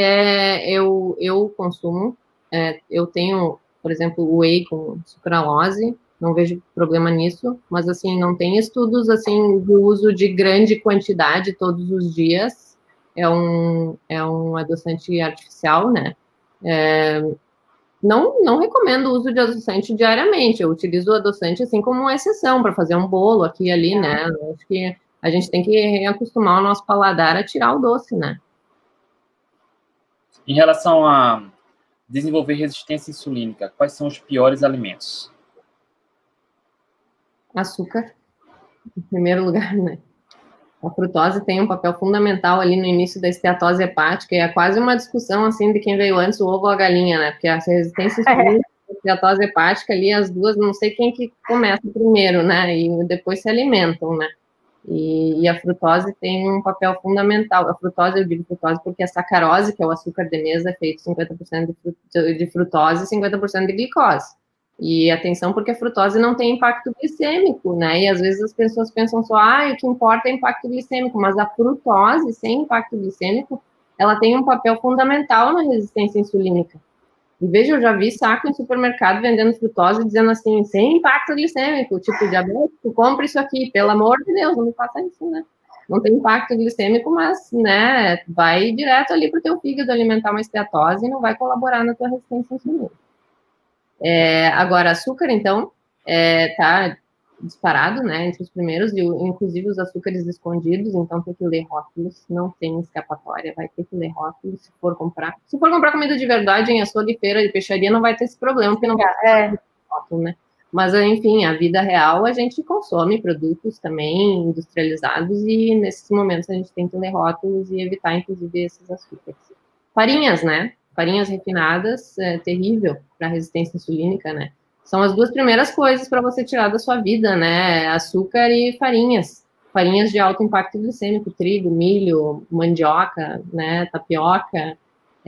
eu consumo. Eu tenho, por exemplo, whey com sucralose, não vejo problema nisso, mas, assim, não tem estudos, assim, do uso de grande quantidade todos os dias. É um adoçante artificial, né? Não recomendo o uso de adoçante diariamente. Eu utilizo o adoçante, assim, como uma exceção, para fazer um bolo aqui e ali, né? Eu acho que a gente tem que reacostumar o nosso paladar a tirar o doce, né? Em relação a desenvolver resistência insulínica, quais são os piores alimentos? Açúcar, em primeiro lugar, né? A frutose tem um papel fundamental ali no início da esteatose hepática, e é quase uma discussão, assim, de quem veio antes, o ovo ou a galinha, né? Porque a resistência insulínica e a esteatose hepática ali, as duas, não sei quem que começa primeiro, né? E depois se alimentam, né? E a frutose tem um papel fundamental. A frutose, eu digo frutose porque a sacarose, que é o açúcar de mesa, é feito 50% de frutose e 50% de glicose. E atenção, porque a frutose não tem impacto glicêmico, né? E às vezes as pessoas pensam só, o que importa é impacto glicêmico, mas a frutose, sem impacto glicêmico, ela tem um papel fundamental na resistência insulínica. E veja, eu já vi saco em supermercado vendendo frutose, dizendo assim, sem impacto glicêmico, tipo, diabético, compra isso aqui, pelo amor de Deus, não me faça isso, né? Não tem impacto glicêmico, mas, né, vai direto ali para o teu fígado alimentar uma esteatose e não vai colaborar na tua resistência insulínica. Agora, açúcar, então, tá disparado, né, entre os primeiros, e inclusive os açúcares escondidos, então tem que ler rótulos, não tem escapatória, vai ter que ler rótulos se for comprar. Se for comprar comida de verdade em açougue de feira de peixaria, não vai ter esse problema, porque não vai ter rótulo, né. Mas, enfim, a vida real, a gente consome produtos também industrializados, e nesses momentos a gente tem que ler rótulos e evitar, inclusive, esses açúcares. Farinhas, né? Farinhas refinadas, é terrível para a resistência insulínica, né? São as duas primeiras coisas para você tirar da sua vida, né? Açúcar e farinhas. Farinhas de alto impacto glicêmico, trigo, milho, mandioca, né? Tapioca,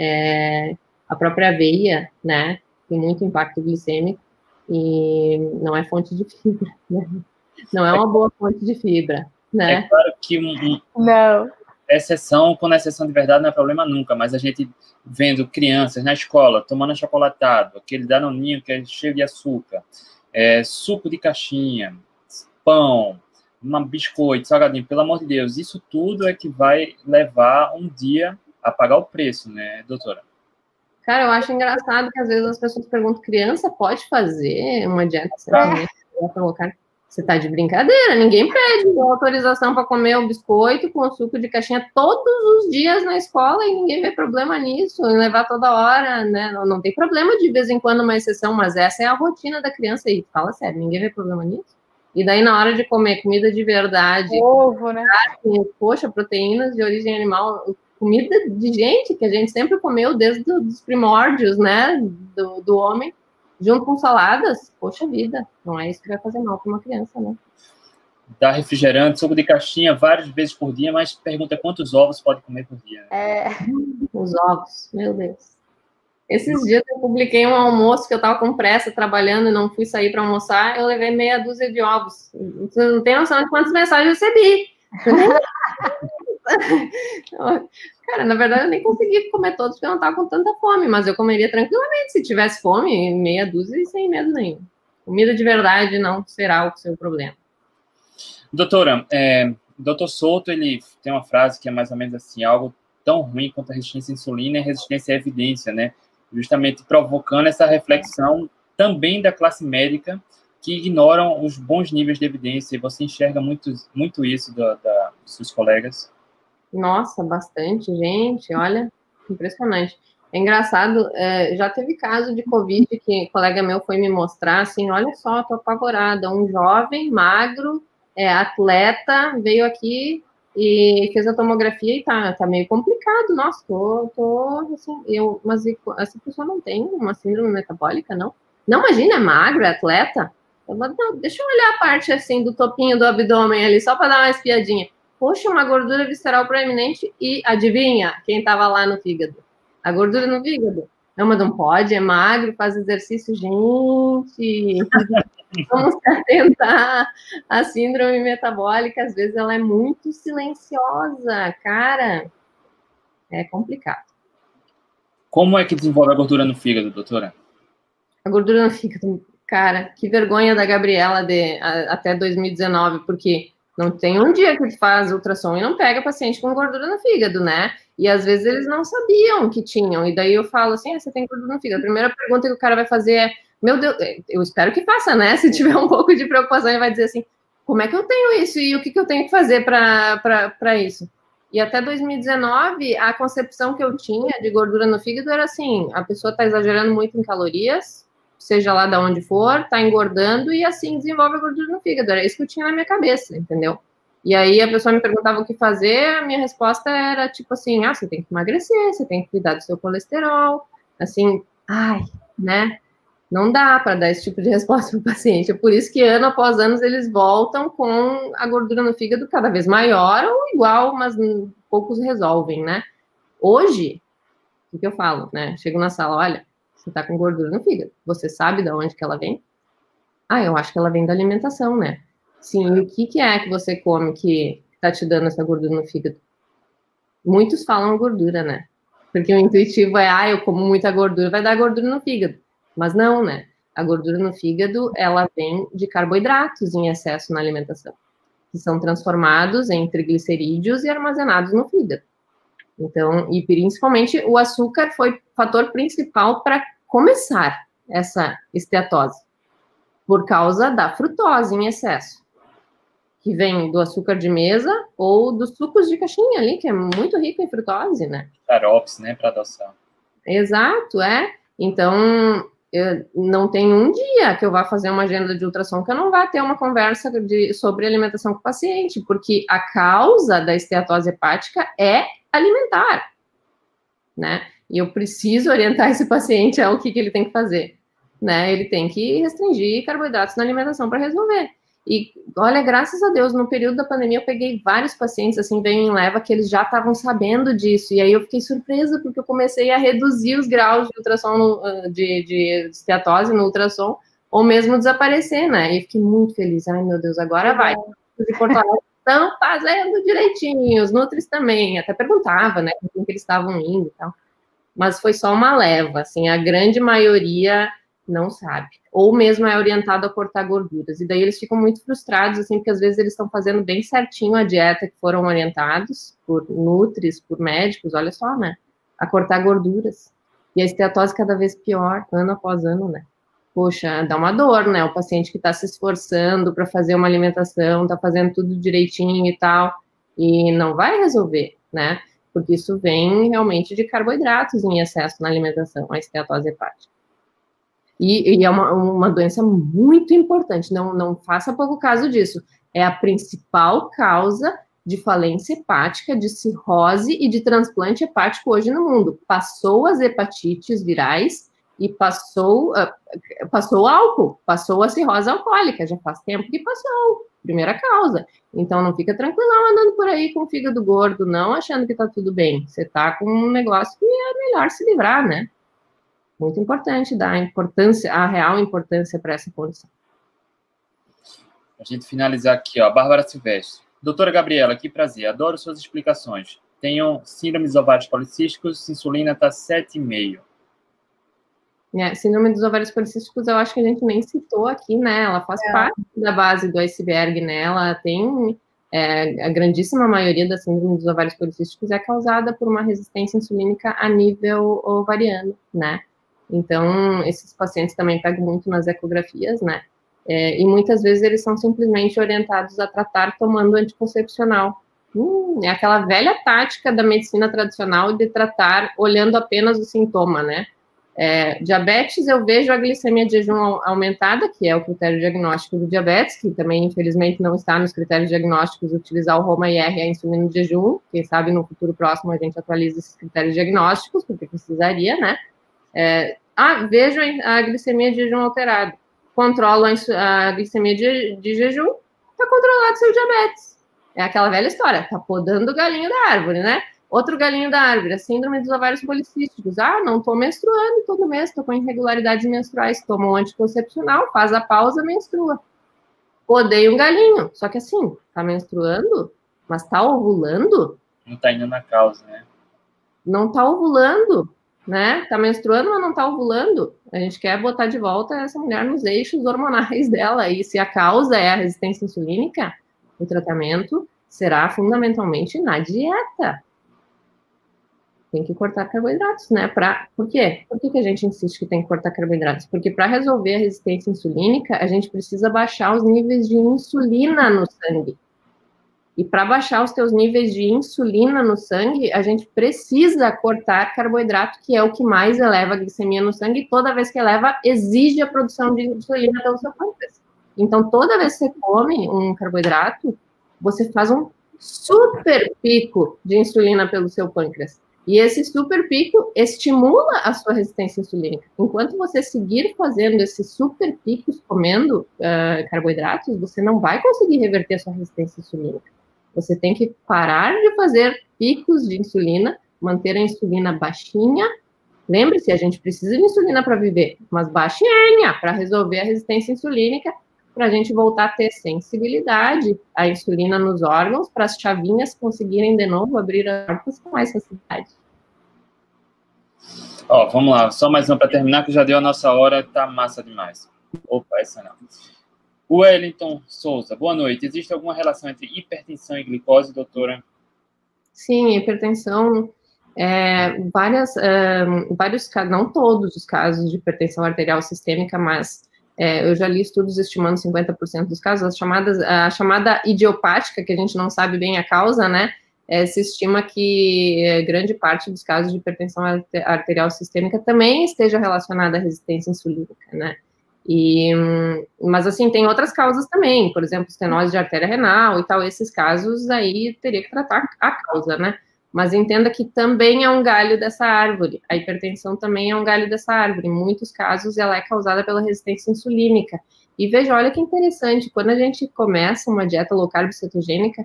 a própria aveia, né? Tem muito impacto glicêmico e não é fonte de fibra, né? Não é uma boa fonte de fibra, né? É claro que não. Exceção, quando é exceção de verdade, não é problema nunca, mas a gente vendo crianças na escola tomando achocolatado, aquele danoninho que é cheio de açúcar, suco de caixinha, pão, biscoito, salgadinho, pelo amor de Deus, isso tudo é que vai levar um dia a pagar o preço, né, doutora? Cara, eu acho engraçado que às vezes as pessoas perguntam, criança pode fazer uma dieta sem colocar? Você tá de brincadeira, ninguém pede autorização para comer o biscoito com o suco de caixinha todos os dias na escola e ninguém vê problema nisso, em levar toda hora, né? Não tem problema de vez em quando uma exceção, mas essa é a rotina da criança aí. Fala sério, ninguém vê problema nisso? E daí, na hora de comer comida de verdade, ovo, né? Carne, poxa, proteínas de origem animal, comida de gente que a gente sempre comeu desde os primórdios, né, do homem, junto com saladas, poxa vida, não é isso que vai fazer mal para uma criança, né? Dá refrigerante, suco de caixinha várias vezes por dia, mas pergunta quantos ovos pode comer por dia. Os ovos, meu Deus. Esses dias eu publiquei um almoço que eu estava com pressa trabalhando e não fui sair para almoçar, eu levei meia dúzia de ovos. Você não tem noção de quantas mensagens eu recebi. Cara, na verdade eu nem consegui comer todos porque eu não estava com tanta fome, mas eu comeria tranquilamente se tivesse fome, meia dúzia e sem medo nenhum. Comida de verdade não será o seu problema. Doutora, Dr. Souto, ele tem uma frase que é mais ou menos assim, algo tão ruim quanto a resistência à insulina e a resistência à evidência, né? Justamente provocando essa reflexão também da classe médica que ignoram os bons níveis de evidência, e você enxerga muito isso dos seus colegas? Nossa, bastante, gente, olha, impressionante. É engraçado, já teve caso de Covid que um colega meu foi me mostrar, assim, olha só, tô apavorada, um jovem, magro, atleta, veio aqui e fez a tomografia e tá meio complicado, nossa, tô assim, mas essa pessoa não tem uma síndrome metabólica, não? Não, imagina, é magro, é atleta? Não, deixa eu olhar a parte, assim, do topinho do abdômen ali, só para dar uma espiadinha. Poxa, uma gordura visceral proeminente e adivinha quem estava lá no fígado? A gordura no fígado. Não, mas não pode, é magro, faz exercício. Gente, vamos atentar. A síndrome metabólica, às vezes, ela é muito silenciosa. Cara, é complicado. Como é que desenvolve a gordura no fígado, doutora? A gordura no fígado, cara, que vergonha da Gabriela até 2019, porque não tem um dia que faz ultrassom e não pega paciente com gordura no fígado, né? E às vezes eles não sabiam que tinham. E daí eu falo assim, você tem gordura no fígado. A primeira pergunta que o cara vai fazer é, meu Deus, eu espero que faça, né? Se tiver um pouco de preocupação, ele vai dizer assim, como é que eu tenho isso? E o que eu tenho que fazer para isso? E até 2019, a concepção que eu tinha de gordura no fígado era assim, a pessoa está exagerando muito em calorias, seja lá de onde for, tá engordando e assim desenvolve a gordura no fígado. Era isso que eu tinha na minha cabeça, entendeu? E aí a pessoa me perguntava o que fazer, a minha resposta era tipo assim, você tem que emagrecer, você tem que cuidar do seu colesterol, assim, né? Não dá para dar esse tipo de resposta para o paciente. É por isso que ano após ano eles voltam com a gordura no fígado cada vez maior ou igual, mas poucos resolvem, né? Hoje, o que eu falo, né? Chego na sala, olha, você tá com gordura no fígado. Você sabe de onde que ela vem? Eu acho que ela vem da alimentação, né? Sim, e o que é que você come que tá te dando essa gordura no fígado? Muitos falam gordura, né? Porque o intuitivo é, eu como muita gordura, vai dar gordura no fígado. Mas não, né? A gordura no fígado, ela vem de carboidratos em excesso na alimentação, que são transformados em triglicerídeos e armazenados no fígado. Então, e principalmente o açúcar foi o fator principal para começar essa esteatose, por causa da frutose em excesso, que vem do açúcar de mesa ou dos sucos de caixinha ali, que é muito rico em frutose, né? Xaropes, né, para adoção. Exato, Então, não tem um dia que eu vá fazer uma agenda de ultrassom que eu não vá ter uma conversa sobre alimentação com o paciente, porque a causa da esteatose hepática é alimentar, né? E eu preciso orientar esse paciente ao que ele tem que fazer, né? Ele tem que restringir carboidratos na alimentação para resolver. E, olha, graças a Deus, no período da pandemia eu peguei vários pacientes, assim, veio em leva, que eles já estavam sabendo disso, e aí eu fiquei surpresa, porque eu comecei a reduzir os graus de ultrassom, de esteatose no ultrassom, ou mesmo desaparecer, né? E fiquei muito feliz, ai meu Deus, agora vai. Os de Porto Alegre estão fazendo direitinho, os Nutris também, até perguntava, né, com quem que eles estavam indo e tal. Mas foi só uma leva, assim, a grande maioria não sabe. Ou mesmo é orientado a cortar gorduras. E daí eles ficam muito frustrados, assim, porque às vezes eles estão fazendo bem certinho a dieta que foram orientados por nutris, por médicos, olha só, né? A cortar gorduras. E a esteatose cada vez pior, ano após ano, né? poxa, dá uma dor, né? O paciente que está se esforçando para fazer uma alimentação, está fazendo tudo direitinho e tal, e não vai resolver, né? Porque isso vem realmente de carboidratos em excesso na alimentação, a esteatose hepática. E é uma doença muito importante, não faça pouco caso disso. É a principal causa de falência hepática, de cirrose e de transplante hepático hoje no mundo. Passou as hepatites virais e passou o álcool, passou a cirrose alcoólica, já faz tempo que passou, primeira causa. Então não fica tranquilão andando por aí com o fígado gordo, não achando que tá tudo bem. Você tá com um negócio que é melhor se livrar, né? Muito importante dar a real importância para essa condição. A gente finalizar aqui, ó, Bárbara Silvestre. Doutora Gabriela, que prazer, adoro suas explicações. Tenho síndrome dos ovários policísticos, insulina está 7,5. Síndrome dos ovários policísticos, eu acho que a gente nem citou aqui, né? Ela faz parte da base do iceberg, né? Ela tem a grandíssima maioria da síndrome dos ovários policísticos é causada por uma resistência insulínica a nível ovariano, né? Então, esses pacientes também pegam muito nas ecografias, né? E muitas vezes eles são simplesmente orientados a tratar tomando anticoncepcional. É aquela velha tática da medicina tradicional de tratar olhando apenas o sintoma, né? Diabetes, eu vejo a glicemia de jejum aumentada, que é o critério diagnóstico do diabetes, que também, infelizmente, não está nos critérios diagnósticos utilizar o ROMA-IR e a insulina de jejum. Quem sabe no futuro próximo a gente atualiza esses critérios diagnósticos, porque precisaria, né? Vejo a glicemia de jejum alterada. Controlo a glicemia de jejum, está controlado seu diabetes. É aquela velha história, tá podando o galinho da árvore, né? Outro galinho da árvore, a síndrome dos ovários policísticos. Não tô menstruando todo mês, tô com irregularidades menstruais. Toma um anticoncepcional, faz a pausa, menstrua. Odeio um galinho. Só que assim, tá menstruando, mas tá ovulando? Não tá indo na causa, né? Não tá ovulando, né? Tá menstruando, mas não tá ovulando. A gente quer botar de volta essa mulher nos eixos hormonais dela. E se a causa é a resistência insulínica, o tratamento será fundamentalmente na dieta. Tem que cortar carboidratos, né? Por quê? Por que a gente insiste que tem que cortar carboidratos? Porque para resolver a resistência insulínica, a gente precisa baixar os níveis de insulina no sangue. E para baixar os teus níveis de insulina no sangue, a gente precisa cortar carboidrato, que é o que mais eleva a glicemia no sangue, e toda vez que eleva, exige a produção de insulina pelo seu pâncreas. Então, toda vez que você come um carboidrato, você faz um super pico de insulina pelo seu pâncreas. E esse super pico estimula a sua resistência insulínica. Enquanto você seguir fazendo esses super picos comendo carboidratos, você não vai conseguir reverter a sua resistência insulínica. Você tem que parar de fazer picos de insulina, manter a insulina baixinha. Lembre-se, a gente precisa de insulina para viver, mas baixinha para resolver a resistência insulínica, para a gente voltar a ter sensibilidade à insulina nos órgãos, para as chavinhas conseguirem de novo abrir as portas com mais facilidade. Vamos lá, só mais uma para terminar, que já deu a nossa hora, tá massa demais. Opa, essa não. O Wellington Souza, boa noite. Existe alguma relação entre hipertensão e glicose, doutora? Sim, hipertensão, vários casos, não todos os casos de hipertensão arterial sistêmica, mas eu já li estudos estimando 50% dos casos, a chamada idiopática, que a gente não sabe bem a causa, né? Se estima que grande parte dos casos de hipertensão arterial sistêmica também esteja relacionada à resistência insulínica, né? Mas, assim, tem outras causas também, por exemplo, estenose de artéria renal e tal, esses casos aí teria que tratar a causa, né? Mas entenda que também é um galho dessa árvore, a hipertensão também é um galho dessa árvore, em muitos casos ela é causada pela resistência insulínica. E veja, olha que interessante, quando a gente começa uma dieta low carb cetogênica,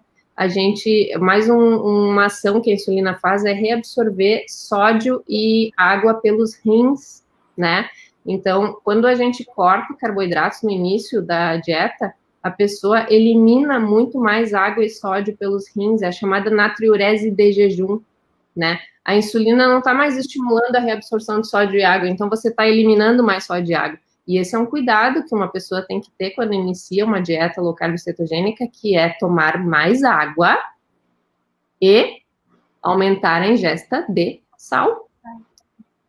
uma ação que a insulina faz é reabsorver sódio e água pelos rins, né? Então, quando a gente corta carboidratos no início da dieta, a pessoa elimina muito mais água e sódio pelos rins, é a chamada natriurese de jejum, né? A insulina não está mais estimulando a reabsorção de sódio e água, então você está eliminando mais sódio e água. E esse é um cuidado que uma pessoa tem que ter quando inicia uma dieta low carb cetogênica, que é tomar mais água e aumentar a ingesta de sal.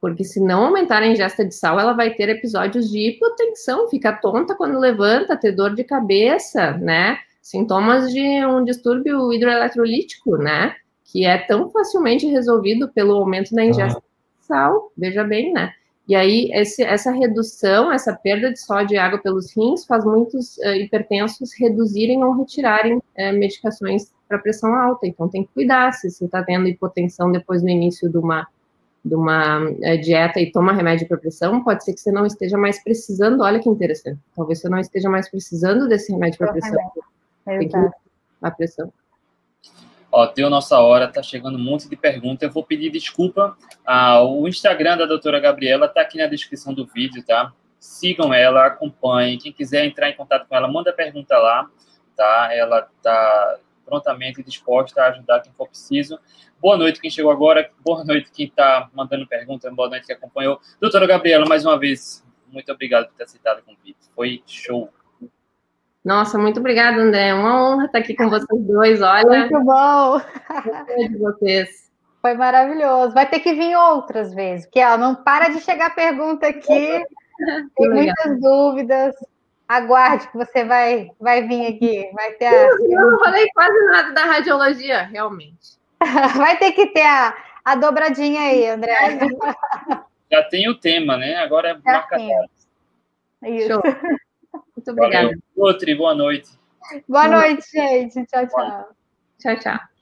Porque se não aumentar a ingesta de sal, ela vai ter episódios de hipotensão, fica tonta quando levanta, ter dor de cabeça, né? Sintomas de um distúrbio hidroeletrolítico, né? Que é tão facilmente resolvido pelo aumento da ingesta de sal, veja bem, né? E aí, essa redução, essa perda de sódio e água pelos rins faz muitos hipertensos reduzirem ou retirarem medicações para pressão alta. Então, tem que cuidar se você está tendo hipotensão depois do início de uma dieta e toma remédio para pressão, pode ser que você não esteja mais precisando, olha que interessante, talvez você não esteja mais precisando desse remédio para pressão. Tem que a pressão. Ó, deu nossa hora, tá chegando um monte de perguntas. Eu vou pedir desculpa. O Instagram da doutora Gabriela tá aqui na descrição do vídeo, tá? Sigam ela, acompanhem. Quem quiser entrar em contato com ela, manda pergunta lá, tá? Ela tá prontamente disposta a ajudar quem for preciso. Boa noite quem chegou agora, boa noite quem tá mandando pergunta, boa noite quem acompanhou. Doutora Gabriela, mais uma vez, muito obrigado por ter aceitado o convite. Foi show. Nossa, muito obrigada, André. É uma honra estar aqui com vocês dois. Olha, muito bom. De vocês. Foi maravilhoso. Vai ter que vir outras vezes, porque não para de chegar pergunta aqui. Tem muitas dúvidas. Aguarde que você vai vir aqui. Vai ter Eu não falei quase nada da radiologia, realmente. Vai ter que ter a dobradinha aí, André. Já tem o tema, né? Agora é marcar. Isso. Show. Muito obrigada. Valeu. Boa noite. Boa noite, gente. Tchau, tchau. Tchau, tchau.